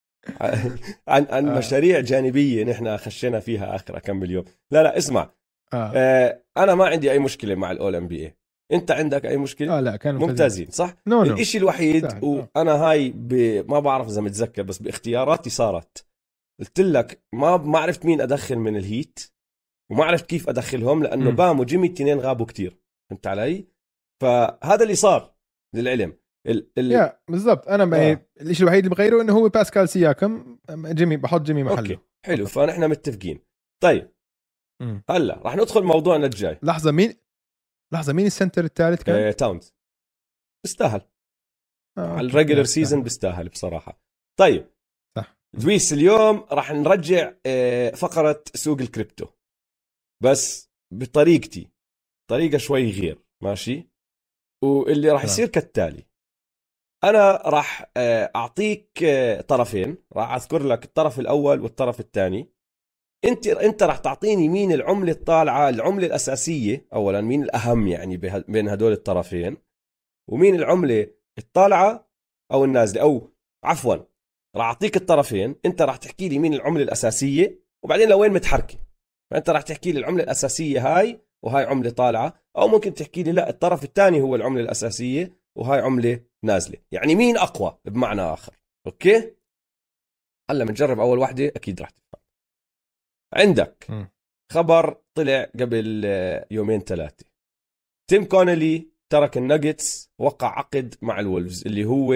عن عن آه. مشاريع جانبيه نحن خشينا فيها اخر كم اليوم. لا لا اسمع آه. آه انا ما عندي اي مشكله مع الاول ام بي اي. انت عندك اي مشكله؟ اه لا كانوا ممتازين صح. نو نو الاشي الوحيد سهل. آه. وانا هاي ب... ما بعرف اذا متذكر بس باختياراتي صارت قلت لك ما ما عرفت مين ادخل من الهيت وما عرفت كيف ادخلهم لانه م. بام وجيمي التنين غابوا كتير. فهمت علي؟ فهذا اللي صار للعلم. ال... ال... يا بالضبط. انا معي آه. الشيء الوحيد اللي بغيره انه هو باسكال سياكم. جيمي بحط جيمي محله. اوكي حلو فقط. فنحن متفقين. طيب م. هلا راح ندخل موضوعنا الجاي. لحظه مين لحظه مين السنتر الثالث كان؟ آه، تاونز بيستاهل آه. على أوكي. الريجلر يا سيزون بيستاهل. بيستاهل بصراحه. طيب صح. دويس اليوم راح نرجع آه، فقره سوق الكريبتو بس بطريقتي، طريقه شوي غير ماشي. واللي راح يصير كالتالي. انا راح آه، اعطيك آه، طرفين، راح اذكر لك الطرف الاول والطرف الثاني. انت انت راح تعطيني مين العمله الطالعه، العمله الاساسيه اولا، مين الاهم يعني به- بين هدول الطرفين، ومين العمله الطالعه او النازله، او عفوا راح اعطيك الطرفين، انت راح تحكي لي مين العمله الاساسيه وبعدين لوين متحركه. فانت راح تحكي لي العمله الاساسيه هاي وهاي عمله طالعه، او ممكن تحكي لي لا الطرف الثاني هو العمله الاساسيه وهاي عمله نازله، يعني مين اقوى بمعنى اخر. اوكي هلا بنجرب اول واحده اكيد راح تفهم. عندك م. خبر طلع قبل يومين ثلاثه، تيم كونلي ترك الناجتس، وقع عقد مع الولفز اللي هو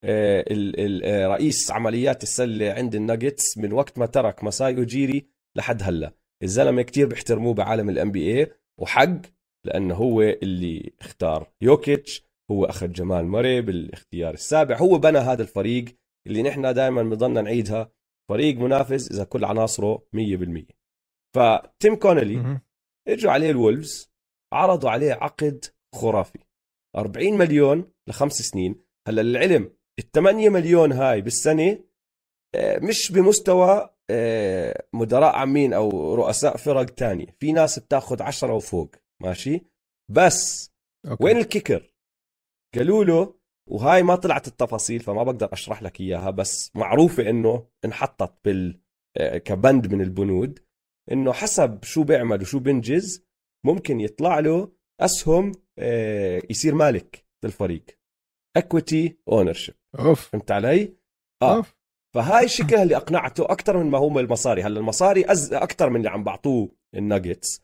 رئيس عمليات السله عند الناجتس من وقت ما ترك مساي اوجيري لحد هلا. الزلمه كتير بيحترموه بعالم الام بي اي وحق، لانه هو اللي اختار يوكيتش، هو اخذ جمال ماري بالاختيار السابع، هو بنى هذا الفريق اللي نحن دائما بنضلنا نعيدها، فريق منافس اذا كل عناصره مية بالمية. فتيم كونلي م. اجوا عليه الولفز عرضوا عليه عقد خرافي أربعين مليون لخمس سنين. هلا للعلم الثمانية مليون هاي بالسنة مش بمستوى مدراء عامين أو رؤساء فرق تانية، في ناس بتاخد عشرة وفوق ماشي. بس أوكي. وين الكيكر؟ قالوا له، وهاي ما طلعت التفاصيل فما بقدر أشرح لك إياها، بس معروفة إنه انحطت بال كبند من البنود، إنه حسب شو بيعمل وشو بنجز ممكن يطلع له أسهم يصير مالك بالفريق، equity ownership. أوف. فهمت علي؟ آه. أوف. فهاي الشكل اللي أقنعته أكتر من ما هو المصاري. هلا المصاري أز أكتر من اللي عم بعطوه الناجتس،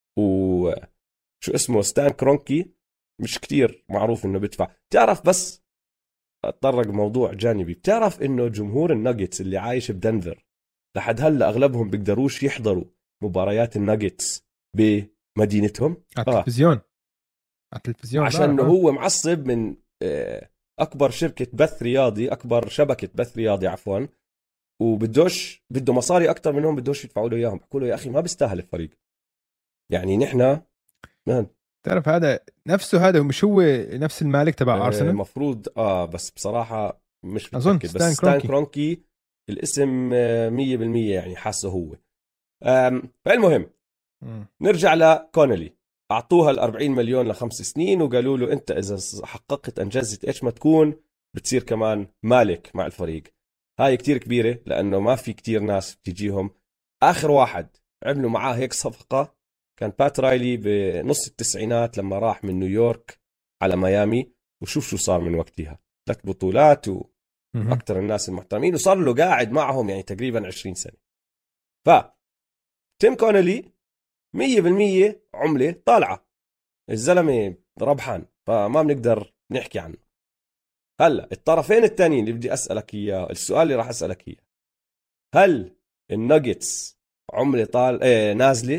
وشو اسمه ستان كرونكي مش كتير معروف إنه بدفع. تعرف، بس أتطرق موضوع جانبي، بتعرف إنه جمهور الناجتس اللي عايش بدنفر لحد هلا أغلبهم بيقدروش يحضروا مباريات الناجتس بمدينتهم على التلفزيون. آه. على التلفزيون عشان إنه هو معصب من أكبر شركة بث رياضي، أكبر شبكة بث رياضي عفوا، وبدوش بده مصاري أكتر منهم، بدوش يدفعوا له إياهم. بقولوا يا أخي ما بيستاهل الفريق، يعني نحن مان. تعرف هذا نفسه، هذا مش هو نفس المالك تبع أرسنال المفروض آه بس بصراحة مش أظن متأكد. بس ستان كرونكي, كرونكي الاسم مية بالمية يعني حاسه هو. فالمهم م. نرجع لكونلي. أعطوها الأربعين مليون لخمس سنين وقالوا له أنت إذا حققت أنجزت إيش ما تكون بتصير كمان مالك مع الفريق. هاي كتير كبيرة لأنه ما في كتير ناس بتجيهم. آخر واحد عملوا معاه هيك صفقة كان بات رايلي بنص التسعينات لما راح من نيويورك على ميامي، وشوف شو صار من وقتها، ثلاث بطولات وأكتر الناس المحترمين، وصار له قاعد معهم يعني تقريبا عشرين سنة. ف تيم كونلي مية بالمية عملة طالعة، الزلمة ربحان، فما بنقدر نحكي عنه. هلا الطرفين التانيين اللي بدي أسألك إياه، السؤال اللي راح أسألك إياه، هل الناجتس عملة طال إيه نازلة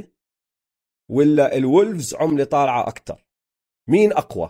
ولا الولفز عملة طالعة أكتر؟ مين أقوى؟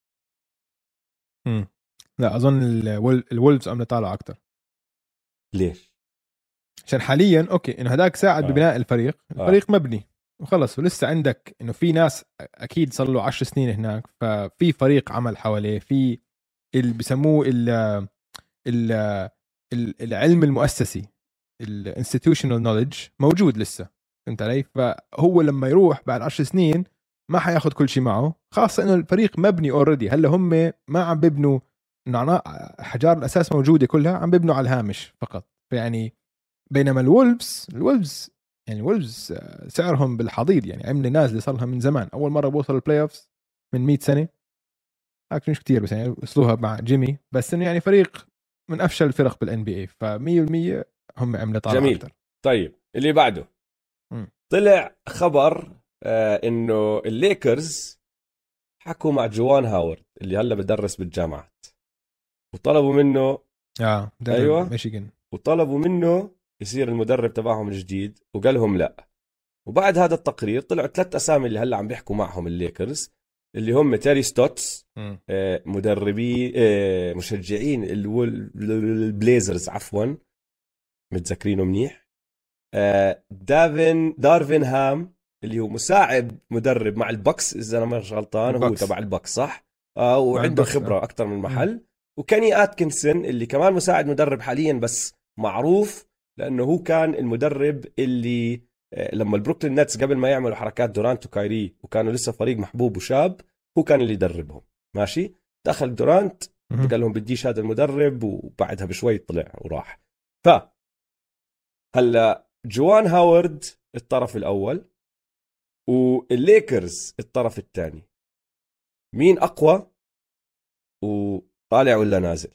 مم. لا أظن الولفز عملة طالعة أكتر. ليش؟ عشان حاليا أوكي إنه هداك ساعد آه. ببناء الفريق الفريق آه. مبني وخلص، ولسه عندك إنه في ناس أكيد صار له عشر سنين هناك، ففي فريق عمل حواليه، في اللي بسموه ال ال العلم المؤسسي الانستيتيوشنال نوليدج موجود لسه. فهمت علي؟ فهو لما يروح بعد عشر سنين ما حياخد كل شيء معه، خاصة إنه الفريق مبني أوريدي. هلا هم ما عم ببنوا إنه حجار الأساس موجودة كلها، عم ببنوا على الهامش فقط. فيعني بينما الولفز الولفز يعني الولفز سعرهم بالحضيض، يعني عملة نازلة صار لها من زمان، أول مرة بوصل البلاي أوفز من مئة سنة، أكثر مش كتير بس يعني وصلوها مع جيمي، بس إنه يعني فريق من أفشل الفرق بالإن بي إيه، فمية بالمية هم عملة طالعة جميل أكتر. طيب اللي بعده م. طلع خبر آه إنه الليكرز حكوا مع جوان هاورد اللي هلا بدرس بالجامعات، وطلبوا منه آه أيوة ميشيغان، وطلبوا منه يصير المدرب تبعهم الجديد، وقال لهم لا. وبعد هذا التقرير طلعوا ثلاث أسامي اللي هلا عم بيحكوا معهم الليكرز، اللي هم تيري ستوتس آه مدربي آه مشجعين البليزرز عفوا متذكرينه منيح، آه دافن دارفين هام اللي هو مساعد مدرب مع البكس إذا أنا مش غلطان، هو تبع البكس صح؟ آه وعنده خبرة آه. أكتر من محل. م. وكاني آتكنسون اللي كمان مساعد مدرب حاليا بس معروف لأنه هو كان المدرب اللي آه لما البروكلين نتس قبل ما يعملوا حركات دورانت وكايري وكانوا لسه فريق محبوب وشاب، هو كان اللي يدربهم ماشي. دخل دورانت م. قال لهم بديش هذا المدرب، وبعدها بشوي طلع وراح. ف هلا جوان هاورد الطرف الأول والليكرز الطرف الثاني، مين أقوى وطالع ولا نازل؟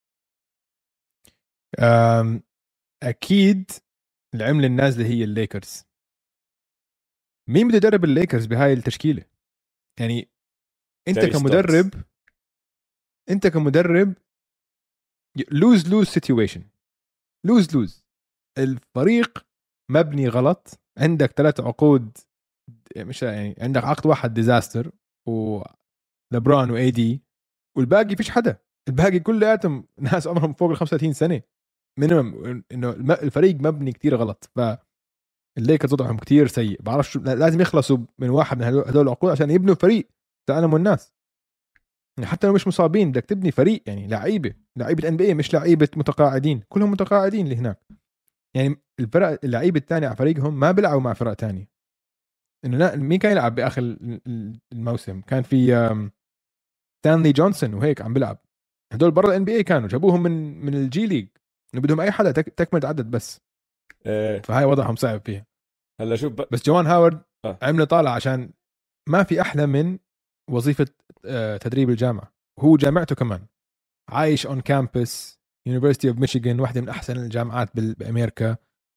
أكيد العملة النازلة هي الليكرز. مين بده يدرب الليكرز بهاي التشكيلة؟ يعني أنت كمدرب ستوتس. أنت كمدرب lose lose situation lose lose الفريق مبني غلط، عندك ثلاث عقود، مش يعني عندك عقد واحد ديزاستر ولبران واي دي، والباقي فيش حدا، الباقي كلياتهم ناس عمرهم فوق ال خمسة وثلاثين سنة مينيمم، انه الفريق مبني كتير غلط. ف الليكرز وضعهم كتير سيء، بعرفش لازم يخلصوا من واحد من هدول العقود عشان يبنوا فريق تعلموا الناس. يعني حتى لو مش مصابين بدك تبني فريق، يعني لعيبه لعيبه ان بي اي مش لعيبه متقاعدين، كلهم متقاعدين اللي هناك. يعني الفرق اللعيبه الثانيه على فريقهم ما بيلعبوا مع فرق تانية. انه لا، مين كان يلعب باخر الموسم؟ كان في ستانلي جونسون وهيك عم بيلعب. هدول برا الان بي اي كانوا جابوهم من من الجي ليج، انه بدهم اي حدا تك تكمل عدد بس. إيه. فهاي وضعهم صعب فيها. هلا شوف ب... بس جوان هاورد آه. عمله طالع عشان ما في احلى من وظيفه تدريب الجامعه. هو جامعته كمان عايش اون كامبس يونيفرسيتي اوف ميشيغان، واحده من احسن الجامعات بامريكا.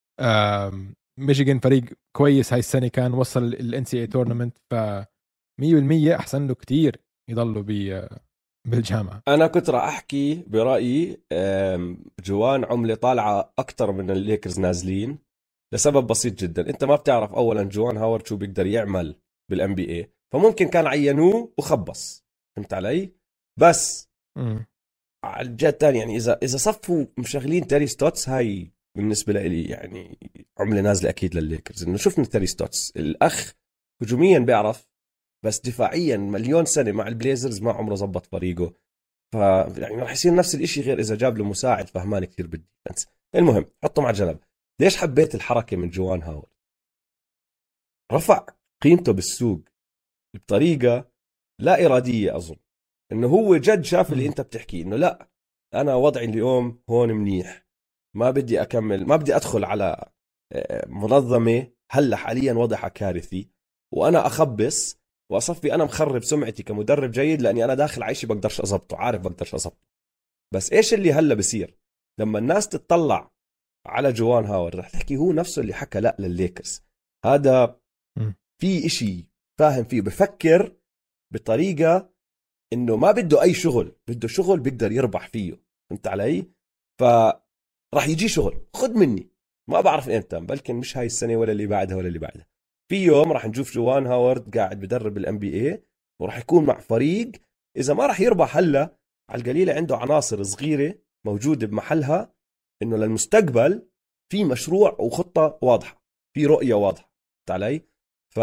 ميشيغان فريق كويس هاي السنه، كان وصل الان سي اي تورنمنت، ف مية بالمية احسن له كتير يضلوا ب بالجامعه. انا كنت راح احكي برايي جوان عمله طالعه اكثر من الليكرز نازلين لسبب بسيط جدا. انت ما بتعرف اولا جوان هاورد شو بيقدر يعمل بالان بي اي، فممكن كان عينوه وخبص، فهمت علي؟ بس م. على الجهه الثانيه يعني اذا اذا صفوا مشغلين تيري ستوتس، هاي بالنسبه لي يعني عمله نازله اكيد للليكرز. انه شفنا تيري ستوتس الاخ هجوميا بيعرف، بس دفاعيا مليون سنه مع البليزرز ما عمره زبط فريقه. ف يعني راح يصير نفس الاشي غير اذا جاب له مساعد فهمان كثير بالديفنس. المهم حطهم على جنب. ليش حبيت الحركه من جوان هاورد؟ رفع قيمته بالسوق بطريقه لا اراديه. اظن انه هو جد شاف اللي انت بتحكيه، انه لا انا وضعي اليوم هون منيح، ما بدي اكمل، ما بدي ادخل على منظمه هلا حاليا وضعها كارثي وانا اخبص واصفي انا مخرب سمعتي كمدرب جيد، لاني انا داخل عايشي بقدرش اضبطه، عارف بقدرش اضبطه. بس ايش اللي هلا بصير لما الناس تتطلع على جوان هاورد؟ رح تحكي هو نفسه اللي حكى لا للليكرز. هذا في اشي فاهم فيه، بفكر بطريقة انه ما بده اي شغل، بده شغل بيقدر يربح فيه، فهمت علي؟ فرح يجي شغل، خد مني، ما بعرف امتى، بلكن مش هاي السنة ولا اللي بعدها ولا اللي بعدها. في يوم راح نشوف جوان هاورد قاعد بدرب الام بي اي، وراح يكون مع فريق اذا ما راح يربح هلا، على القليلة عنده عناصر صغيرة موجودة بمحلها، انه للمستقبل في مشروع وخطة واضحة، في رؤية واضحة، فهمت علي؟ ف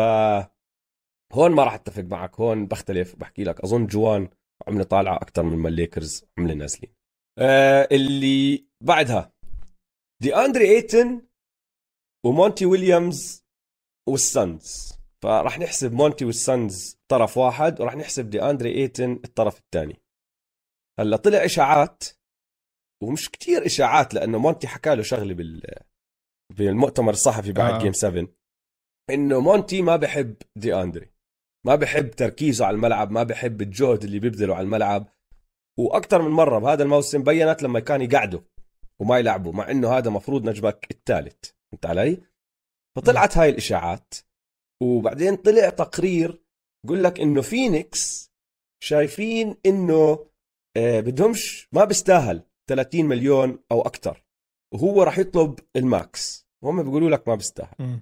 هون ما راح اتفق معك، هون بختلف، بحكي لك اظن جوان عمله طالعه اكثر من ما الليكرز عمله نازلين. آه اللي بعدها دي اندري ايتن ومونتي ويليامز والسانز. فراح نحسب مونتي والسانز طرف واحد، وراح نحسب دي اندري ايتن الطرف الثاني. هلا طلع اشاعات، ومش كتير اشاعات لانه مونتي حكى له شغله بال بالمؤتمر الصحفي بعد آه. جيم سبعة، انه مونتي ما بحب دي اندري، ما بحب تركيزه على الملعب، ما بحب الجهد اللي بيبذله على الملعب. واكثر من مره بهذا الموسم بينت لما كان يقعدوا وما يلعبوا، مع انه هذا مفروض نجمك الثالث، فهمت علي؟ فطلعت هاي الاشاعات، وبعدين طلع تقرير يقول لك انه فينيكس شايفين انه آه بدهمش، ما بيستاهل ثلاثين مليون او اكثر، وهو راح يطلب الماكس، وهم بيقولوا لك ما بيستاهل.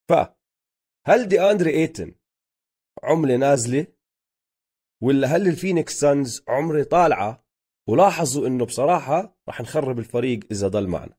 فهل دي اندري ايتن عملة نازلة، ولا هل الفينيكس سانز عمري طالعة؟ ولاحظوا انه بصراحة راح نخرب الفريق اذا ضل معنا.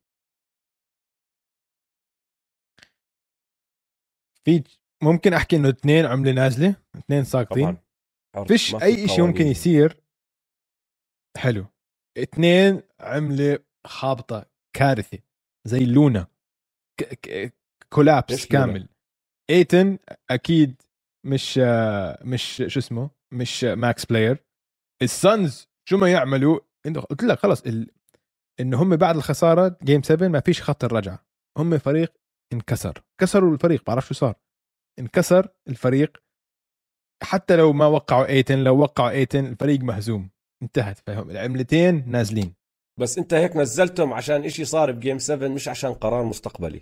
في ممكن احكي انه اثنين عملة نازلة، اثنين ساقطين، فيش اي شيء ممكن يصير حلو. اثنين عملة خابطة كارثة زي لونا، ك- ك- كولابس كامل. ايتن اكيد مش مش شو اسمه، مش ماكس بلاير. السانز شو ما يعملوا، انه قلت لك خلص ال... انه هم بعد الخساره جيم سبعة ما فيش خط الرجعه، هم فريق انكسر، كسروا الفريق، بعرف شو صار، انكسر الفريق. حتى لو ما وقعوا ايتن، لو وقعوا ايتن الفريق مهزوم، انتهت. فهم العملتين نازلين. بس انت هيك نزلتهم عشان اشي صار بجيم سبعة، مش عشان قرار مستقبلي.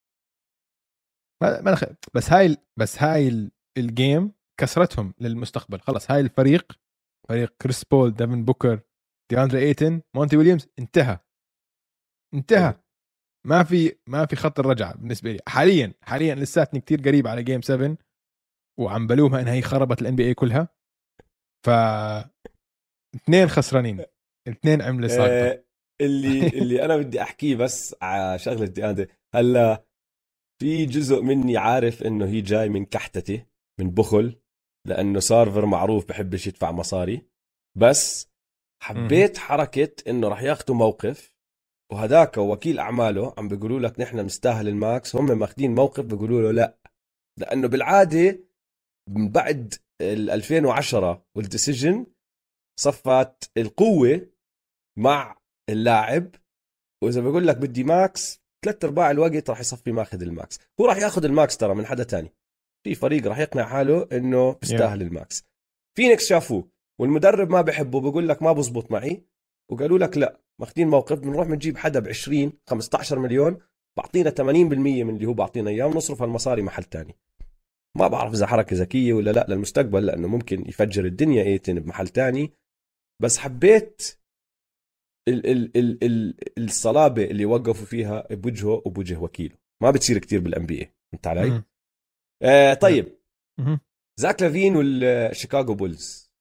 ما ما دخل. بس هاي بس هاي الجيم كسرتهم للمستقبل. خلص هاي الفريق، فريق كريس بول، ديفن بوكر، دي اندري ايتن، مونتي ويليامز، انتهى انتهى. ما في ما في خط الرجعه بالنسبه لي حاليا. حاليا لساتني كتير قريب على جيم سبعة، وعم بلومها انها هي خربت الان بي اي كلها. ف اثنين خسرانين، الاثنين عمله ساقطه. اللي اللي انا بدي احكيه بس على شغله دي اندري. هلا في جزء مني عارف انه هي جاي من كحتته، من بخل، لانه سارفر معروف بحبش يدفع مصاري، بس حبيت حركة انه رح ياخدوا موقف، وهداك وكيل اعماله عم بيقولوا لك نحن نستاهل الماكس، هم ماخدين موقف بيقولوا له لا، لانه بالعادة من بعد ال ألفين وعشرة والديسيجن صفت القوة مع اللاعب، واذا بيقول لك بدي ماكس ثلاث ارباع الوقت راح يصفي ماخذ الماكس. هو راح ياخذ الماكس ترى من حدا تاني، في فريق راح يقنع حاله انه بيستاهل yeah. الماكس. فينيكس شافوه والمدرب ما بحبه، بيقول لك ما بزبط معي، وقالوا لك لا، ماخذين موقف، بنروح بنجيب حدا ب عشرين خمسة عشر مليون، بعطينا ثمانين بالمية من اللي هو بعطينا اياه، ونصرف المصاري محل تاني. ما بعرف اذا حركه ذكيه ولا لا للمستقبل، لانه ممكن يفجر الدنيا ايتن بمحل تاني، بس حبيت ال ال ال ال الصلابه اللي وقفوا فيها بوجهه وبوجه وكيله. ما بتصير كتير بالان بي اي، انت علي؟ آه طيب م- زاك لافين والشيكاغو بولز.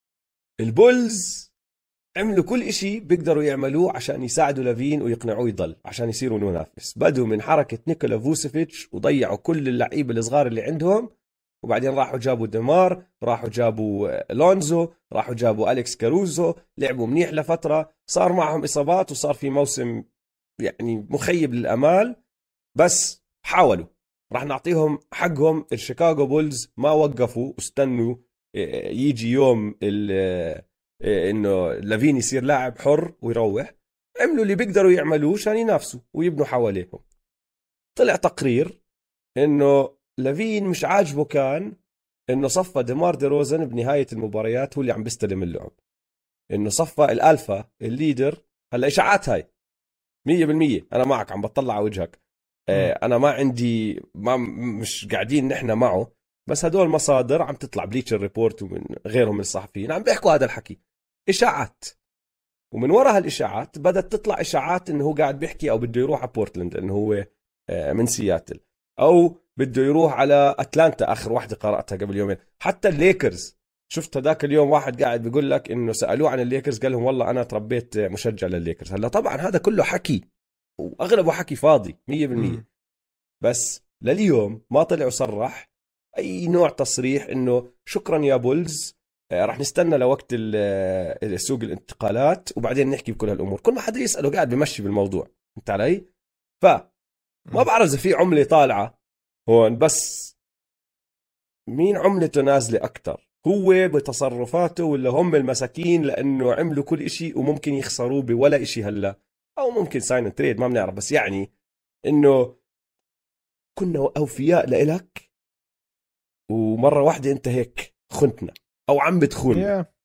البولز عملوا كل إشي بيقدروا يعملوه عشان يساعدوا لافين ويقنعوه يضل، عشان يصيروا منافس. بدوا من حركة نيكولا فوسيفيتش وضيعوا كل اللعيبة الصغار اللي عندهم، وبعدين راحوا جابوا ديمار، راحوا جابوا لونزو، راحوا جابوا أليكس كاروزو، لعبوا منيح لفترة، صار معهم إصابات وصار في موسم يعني مخيب للأمال، بس حاولوا. راح نعطيهم حقهم. الشيكاغو بولز ما وقفوا واستنوا يجي يوم انه لافين يصير لاعب حر ويروح، عملوا اللي بيقدروا يعملوه عشان ينافسوا ويبنوا حواليهم. طلع تقرير انه لافين مش عاجبه كان انه صفى ديمار دي روزن بنهاية المباريات هو اللي عم بيستلم اللعب، انه صفى الالفا الليدر. هلا اشاعات هاي مية بالمية، انا معك، عم بطلع على وجهك، انا ما عندي، ما مش قاعدين نحن معه، بس هدول مصادر عم تطلع، بليتشر ريبورت ومن غيرهم من الصحفيين عم بيحكوا هذا الحكي، اشاعات. ومن وراء هالاشاعات بدت تطلع اشاعات انه هو قاعد بيحكي او بده يروح على بورتلاند، انه هو من سياتل، او بده يروح على اتلانتا. اخر واحده قراتها قبل يومين. حتى الليكرز شفت هذاك اليوم واحد قاعد بيقول لك انه سالوه عن الليكرز قال لهم والله انا تربيت مشجع للليكرز. هلا طبعا هذا كله حكي واغلبه حكي فاضي مية بالمية، بس لليوم ما طلع وصرح اي نوع تصريح انه شكرا يا بولز، رح نستنى لوقت سوق الانتقالات وبعدين نحكي بكل هالامور. كل ما حدا يساله قاعد بمشي بالموضوع، انت علي؟ فما بعرف اذا في عمله طالعه هون، بس مين عملته نازله اكثر، هو بتصرفاته ولا هم المساكين لانه عملوا كل إشي وممكن يخسروه بولا إشي هلا، او ممكن ساين تريد، ما بنعرف. بس يعني انه كنا اوفياء لإلك ومره واحده انت هيك خنتنا او عم بتخوننا. yeah.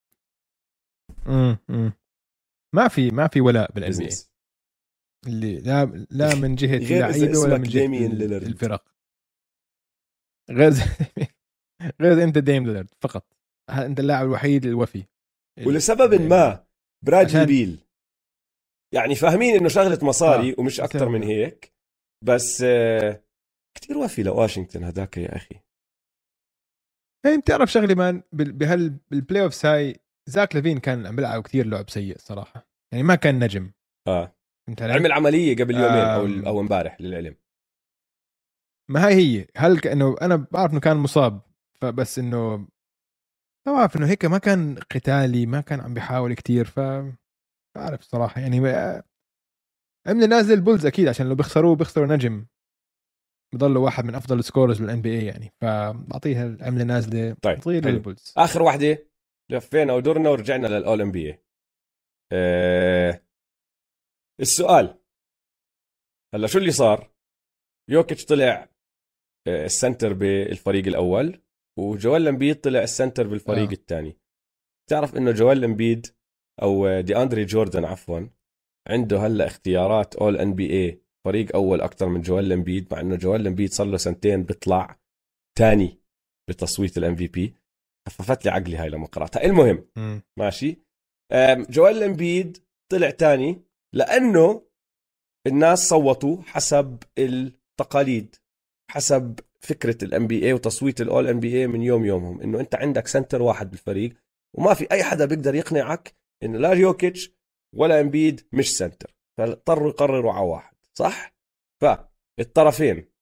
امم ما في ما في ولاء بالان بي اللي لا لا من جهه اللعيبه ولا من جهه الفرق، غير غير انت ديم ليلارد فقط، انت اللاعب الوحيد الوفي. ولسبب ما برادلي عشان... بيل يعني فاهمين انه شغله مصاري آه. ومش اكثر من هيك، بس آه كتير وفي لواشنطن هداك يا اخي. يعني بتعرف شغلي مان بهال بالبلاي اوفس هاي، زاك لافين كان عم بيلعب كتير لعب سيء صراحه، يعني ما كان نجم. اه عمل عمليه قبل يومين او او امبارح للعلم. ما هاي هي هل انه انا بعرف انه كان مصاب، فبس انه ما بعرف انه هيك ما كان قتالي، ما كان عم بيحاول كتير. ف بعرف صراحه يعني عمل نازل البولز اكيد عشان لو بيخسروا بيخسروا نجم بضلوا واحد من افضل السكورز بالان بي اي يعني، فبعطيها العمله نازله طيب صغيره للبولز. اخر واحده لفينا ودورنا ورجعنا للاول ام بي اي. أه... السؤال هلا شو اللي صار؟ يوكيتش طلع السنتر بالفريق الاول، وجوال امبيد طلع السنتر بالفريق آه. الثاني. تعرف انه جوال امبيد او دي اندري جوردن عفوا عنده هلا اختيارات اول ان بي اي فريق اول اكثر من جوال امبيد، مع انه جوال امبيد صار له سنتين بيطلع ثاني بتصويت الام في بي. خففت لي عقلي هاي لما قراتها. المهم م. ماشي، جوال امبيد طلع ثاني لانه الناس صوتوا حسب التقاليد، حسب فكرة الام بي اي وتصويت الاول ام بي اي من يوم يومهم، انه انت عندك سنتر واحد بالفريق وما في اي حدا بيقدر يقنعك انه لا يوكيتش ولا امبيد مش سنتر، فاضطروا يقرروا على واحد، صح؟ فالطرفين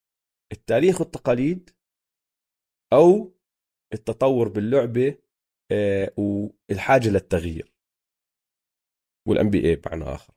التاريخ والتقاليد او التطور باللعبه آه والحاجه للتغيير، والان بي اي بمعنى اخر.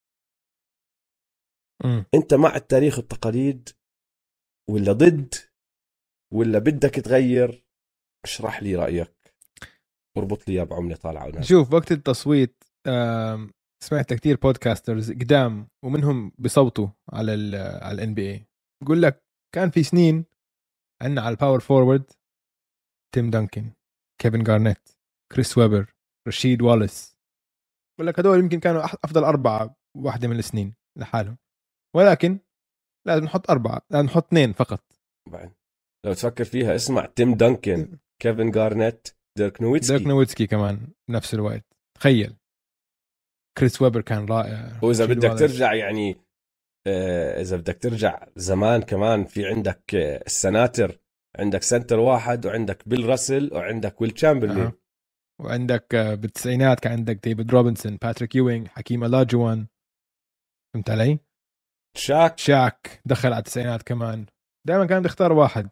م. انت مع التاريخ والتقاليد ولا ضد، ولا بدك تغير؟ اشرح لي رايك، اربط لي اياه بعمله طالعه ونازله. شوف، وقت التصويت سمعت كتير بودكاسترز قدام ومنهم بيصوتوا على ال على الان بي اي، بقول لك كان في سنين عندنا على الباور فورورد تيم دانكن، كيفن غارنيت، كريس ويبر، رشيد واليس. بقول لك هدول يمكن كانوا افضل اربعه واحده من السنين لحالهم، ولكن لازم نحط اربعه، لازم نحط اثنين فقط. بعد لو تفكر فيها، اسمع، تيم دانكن، كيفن غارنيت، ديرك نويتسكي. ديرك نويتسكي كمان بنفس الوقت، تخيل. كريس ويبر كان رائع. واذا رشيد بدك واليس. ترجع يعني آه اذا بدك ترجع زمان كمان، في عندك آه السناتر، عندك سنتر واحد، وعندك بيل راسل، وعندك ويل تشامبرلين. أه. وعندك بالتسعينات كان عندك ديفيد روبنسون، باتريك يوينغ، حكيم الاجوان. فهمت علي؟ شاك شاك دخل على التسعينات كمان. دائما كان بيختار واحد،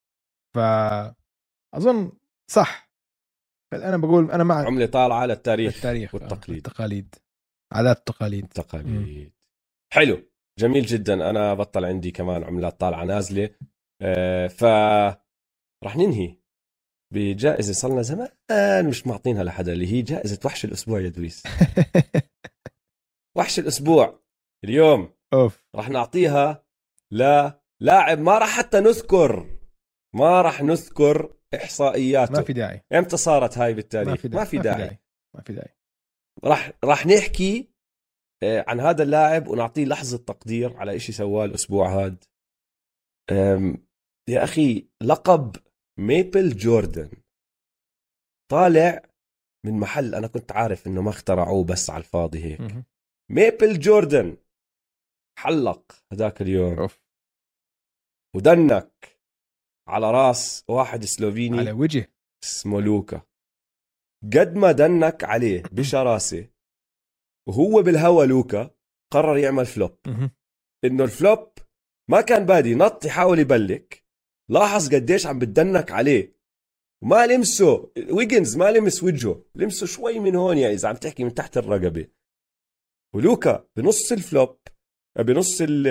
فأظن صح. انا بقول انا مع عمله طالعه للتاريخ التاريخ والتقليد. والتقاليد، عادات التقاليد. التقاليد حلو، جميل جدا. انا بطل عندي كمان عملات طالعه نازله. آه ف رح ننهي بجائزه صلنا زمان مش معطينها لحدا، اللي هي جائزه وحش الاسبوع يا دويس. وحش الاسبوع اليوم اوف. رح نعطيها للاعب ما رح حتى نذكر ما رح نذكر احصائياته. ما في داعي. امتى صارت هاي بالتاريخ؟ ما في داعي. ما في داعي, ما في داعي. ما في داعي. رح رح نحكي عن هذا اللاعب ونعطيه لحظة تقدير على إشي سواه الأسبوع هاد. يا أخي، لقب ميبل جوردن طالع من محل أنا كنت عارف إنه ما اخترعوه بس على الفاضي هيك. م- ميبل جوردن حلق هذاك اليوم أوف. ودنك على راس واحد سلوفيني على وجه اسمه لوكا. قد ما دنك عليه بشراسة وهو بالهوا، لوكا قرر يعمل فلوب. م- انه الفلوب ما كان بادي، نط يحاول يبلك، لاحظ قديش عم بتدنك عليه وما لمسه. ويجنز ما لمس وجهه، لمسه شوي من هون، يعني اذا عم تحكي من تحت الرقبة. ولوكا بنص الفلوب، بنص ال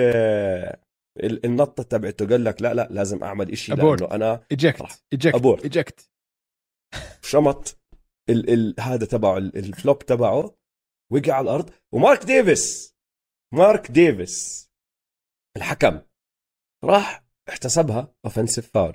النطة تبعته، قال لك لا لا لازم اعمل اشي لانه انا ايجكت ايجكت ايجكت شمط ال ال هذا تبعه الفلوب تبعه، وقع على الارض. ومارك ديفيس مارك ديفيس الحكم راح احتسبها اوفنسيف فاول.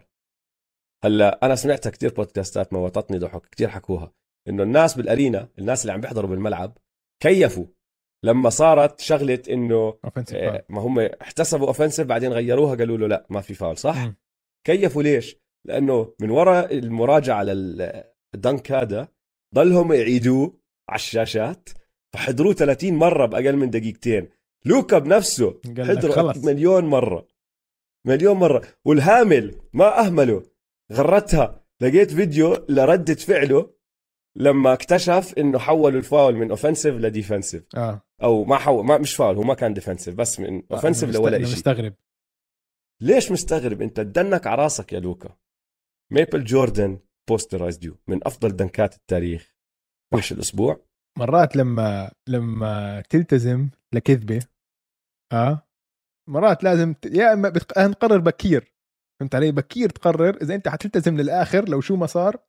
هلا انا سمعتها كتير بودكاستات موتتني ضحك، كتير حكوها انه الناس بالارينا، الناس اللي عم بيحضروا بالملعب كيفوا لما صارت شغله انه آه ما هم احتسبوا اوفنسيف بعدين غيروها قالوا له لا ما في فاول، صح؟ م. كيفوا ليش؟ لانه من وراء المراجعه للدنك هذا ضلهم يعيدوه على الشاشات، فحضروه ثلاثين مره باقل من دقيقتين. لوكا بنفسه حضره مليون مره مليون مرة. والهامل ما أهمله، غرتها. لقيت فيديو لردة فعله لما اكتشف إنه حولوا الفاول من أوفنسيف لديفنسيف. آه. أو ما حول، ما مش فاول، هو ما كان ديفنسيف، بس من أوفنسيف لولا إشي. مستغرب. ليش مستغرب؟ أنت تدنك على راسك يا لوكا. ميبل جوردن بوسترايزد يو من أفضل دنكات التاريخ. وحش الأسبوع. مرات لما لما تلتزم لكذبة آه مرات لازم ت... يا اما بتق... نقرر بكير. فهمت علي؟ بكير تقرر اذا انت حتلتزم للاخر لو شو ما صار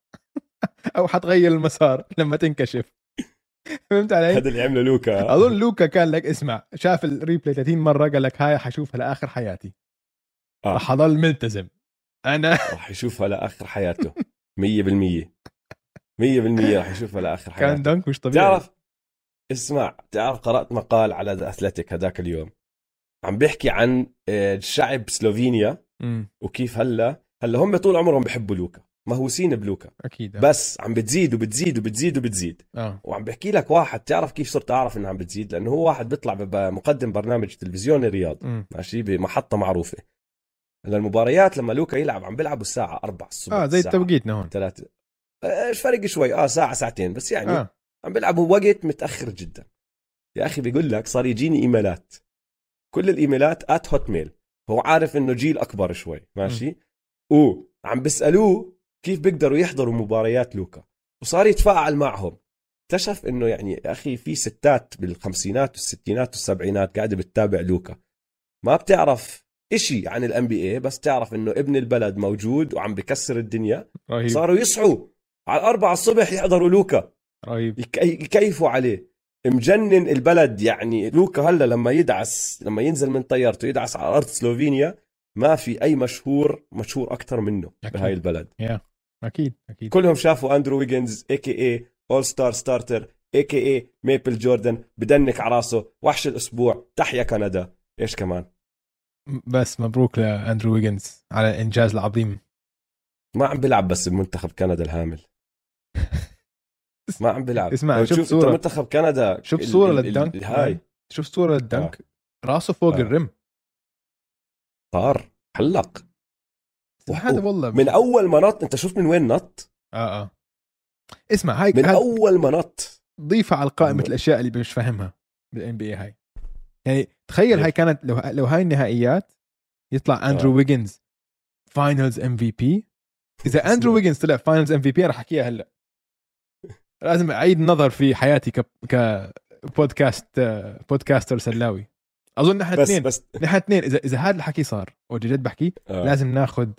او حتغير المسار لما تنكشف. فهمت علي؟ هذا اللي عمله لوكا. اظن لوكا كان لك اسمع، شاف الريبلاي ثلاثين مره قال لك هاي حشوفها لاخر حياتي. آه. راح اضل ملتزم انا. راح يشوفها لاخر حياته مية بالمية مية بالمية راح يشوفها لاخر حياته. كان دنك مش طبيعي. تعرف اسمع تعرف قرأت مقال على ذا أثليتيك هذاك اليوم عم بيحكي عن شعب سلوفينيا م. وكيف هلا هلا هم طول عمرهم بيحبوا لوكا، مهووسين بلوكا اكيد. بس عم بتزيد وبتزيد وبتزيد وبتزيد آه. وعم بحكي لك واحد، تعرف كيف صرت اعرف انه عم بتزيد؟ لانه هو واحد بيطلع بمقدم برنامج تلفزيوني رياض م. ماشي بمحطه معروفه. المباريات لما لوكا يلعب عم بيلعبوا الساعه أربعة الصبح، اه زي توقيتنا هون ثلاثة، ايش فرق شوي اه ساعه ساعتين بس يعني آه. عم بيلعبوا وقت متاخر جدا. يا اخي بيقول لك صار يجيني ايميلات، كل الايميلات ات هوت ميل، هو عارف انه جيل اكبر شوي ماشي، وعم بيسالوه كيف بيقدروا يحضروا مباريات لوكا، وصار يتفاعل معهم. اكتشف انه يعني يا اخي في ستات بالخمسينات والستينات والسبعينات قاعده بتتابع لوكا، ما بتعرف إشي عن الام بي اي، بس تعرف انه ابن البلد موجود وعم بكسر الدنيا. رهيب. صاروا يصحوا على الأربعة الصبح يحضروا لوكا، رهيب، يكيفوا عليه. مجنن البلد يعني. لوكا هلا لما يدعس، لما ينزل من طيارته يدعس على أرض سلوفينيا، ما في أي مشهور مشهور أكتر منه بهاي البلد. yeah. أكيد أكيد. كلهم شافوا أندرو ويجنز اي كي اي أول ستار ستارتر اي كي اي ميبل جوردن، بدنك على راسه وحش الأسبوع، تحيا كندا. إيش كمان؟ بس مبروك لأندرو ويجنز على الإنجاز العظيم. ما عم بلعب بس بمنتخب كندا الهامل. ما عم بلعب. اسمع، شوف صورة منتخب كندا، شوف صورة للدنك هاي، شوف صورة للدنك آه. راسه فوق آه. الرم، طار حلق هذا والله من أول ما نط. أنت شفت من وين نط؟ آه آه. اسمع، هاي من هاد... أول ما نط. ضيفها على قائمة الأشياء اللي مش فاهمها بالإن بي إيه. هاي يعني تخيل هاي كانت لو لو هاي النهائيات يطلع أندرو آه. ويجنز فاينلز ام في بي. إذا أندرو ويجنز طلع فاينلز ام في بي راح أحكيها هلا. لازم أعيد نظر في حياتي ك ك بودكاست بودكاستر سلاوي. أظن نحن اثنين بس نحن اثنين إذا إذا هذا الحكي صار وجد بحكي آه. لازم ناخذ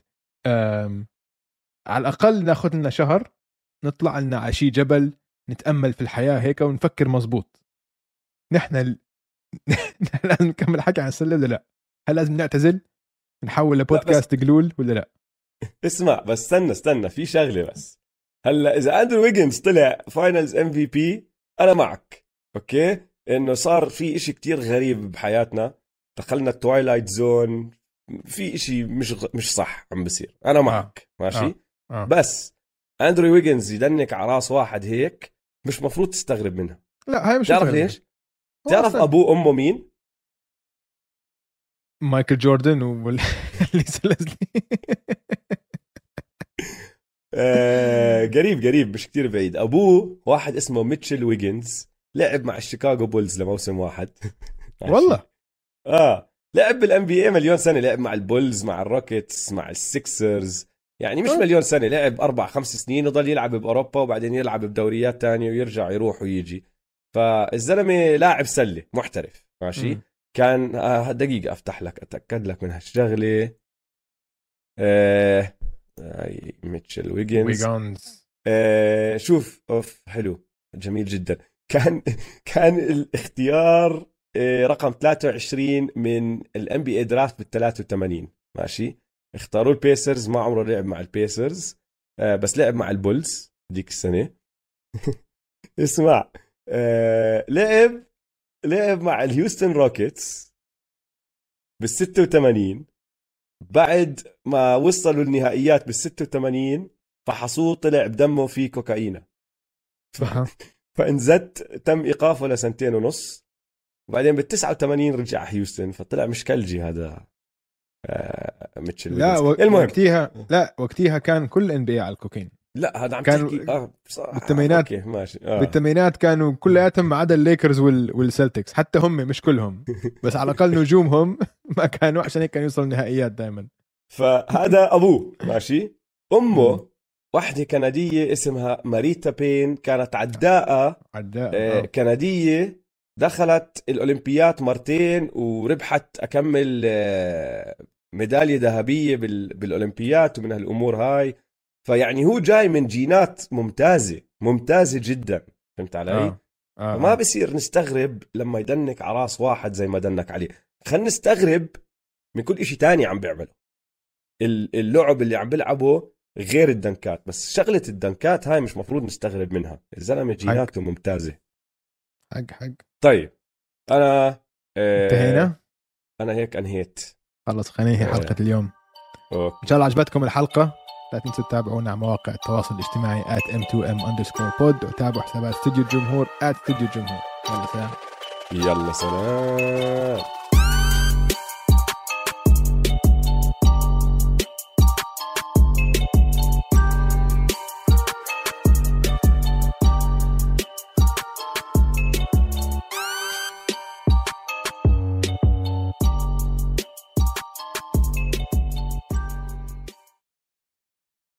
على الأقل ناخذ لنا شهر نطلع لنا على شي جبل نتأمل في الحياة هيك ونفكر مزبوط. نحن ال... لازم نكمل حكي عن السلة ولا لا؟ هل لازم نعتزل نحول لبودكاست بس... قلول ولا لا؟ اسمع بس استنى استنى في شغلة بس. هلا إذا أندرو ويجنز طلع فاينلز ام في بي أنا معك أوكي، إنه صار في إشي كتير غريب بحياتنا، دخلنا التوايلايت زون، في إشي مش غ... مش صح عم بصير. أنا معك آه. ماشي آه. آه. بس أندرو ويجنز يدنك على راس واحد هيك مش مفروض تستغرب منها. لا هاي مش تعرف ليش؟ تعرف أبوه أمه مين؟ مايكل جوردن واللي سلزلي. آه قريب قريب مش كتير بعيد. أبوه واحد اسمه ميتشل ويجنز، لعب مع الشيكاغو بولز لموسم واحد. والله آه لعب بالان بي اي مليون سنة، لعب مع البولز مع الروكيتس مع السيكسرز، يعني مش مليون سنة، لعب أربع خمس سنين وضل يلعب بأوروبا وبعدين يلعب بدوريات تانية ويرجع يروح ويجي. فالزلمة لاعب سلة محترف ماشي. م. كان آه دقيقة أفتح لك أتأكد لك من هالشغلة. آه ميتشل ويجنز آه شوف أوف حلو جميل جدا. كان كان الاختيار آه رقم ثلاثة وعشرين من الام بي اي درافت بال ثلاثة وثمانين ماشي. اختاروا البيسرز، ما عمره لعب مع البيسرز آه بس لعب مع البولز ديك السنة. اسمع آه لعب لعب مع الهيوستن روكيتس بالستة وثمانين، بعد ما وصلوا النهائيات بالستة وثمانين فحصوه طلع بدمه فيه كوكايينا. ف... فانزت تم إيقافه لسنتين ونص، وبعدين بالتسعة وثمانين رجع هيوستن، فطلع مش كلجي هذا آه ميتشل. لا و... المهم وقتيها لا وقتيها كان كل ان بي على الكوكين. لا هذا عم كان تحكي آه بالثمانينات. اوكي ماشي آه. بالثمانينات كانوا كلياتهم ما عدا الليكرز وال... والسلتكس، حتى هم مش كلهم بس على الاقل نجومهم ما كانوا، عشان هيك كانوا يوصلوا النهائيات دائما. فهذا ابوه ماشي. امه واحدة كندية اسمها ماريتا بين، كانت عداءة عداء آه كندية، دخلت الأولمبيات مرتين وربحت أكمل آه ميدالية ذهبية بال... بالأولمبيات ومن هالأمور هاي. فيعني هو جاي من جينات ممتازة ممتازة جدا، فهمت علي؟ آه. آه. فما بصير نستغرب لما يدنك على راس واحد زي ما دنك عليه. خلينا نستغرب من كل إشي تاني عم بيعمله. اللعب اللي عم بيلعبه غير الدنكات، بس شغلة الدنكات هاي مش مفروض نستغرب منها. الزلمة جيناته ممتازة. حق حق. طيب أنا اه انتهينا. أنا هيك أنهيت. خلص خلينا ننهي حلقة اه. اليوم. أوكي. إن شاء الله عجبتكم الحلقة. لا تنسوا تتابعونا على مواقع التواصل الاجتماعي آت إم تو إم أندرسكور بود، وتابعوا حسابات استوديو الجمهور آت استوديو الجمهور. يلا سلام. يلا سلام.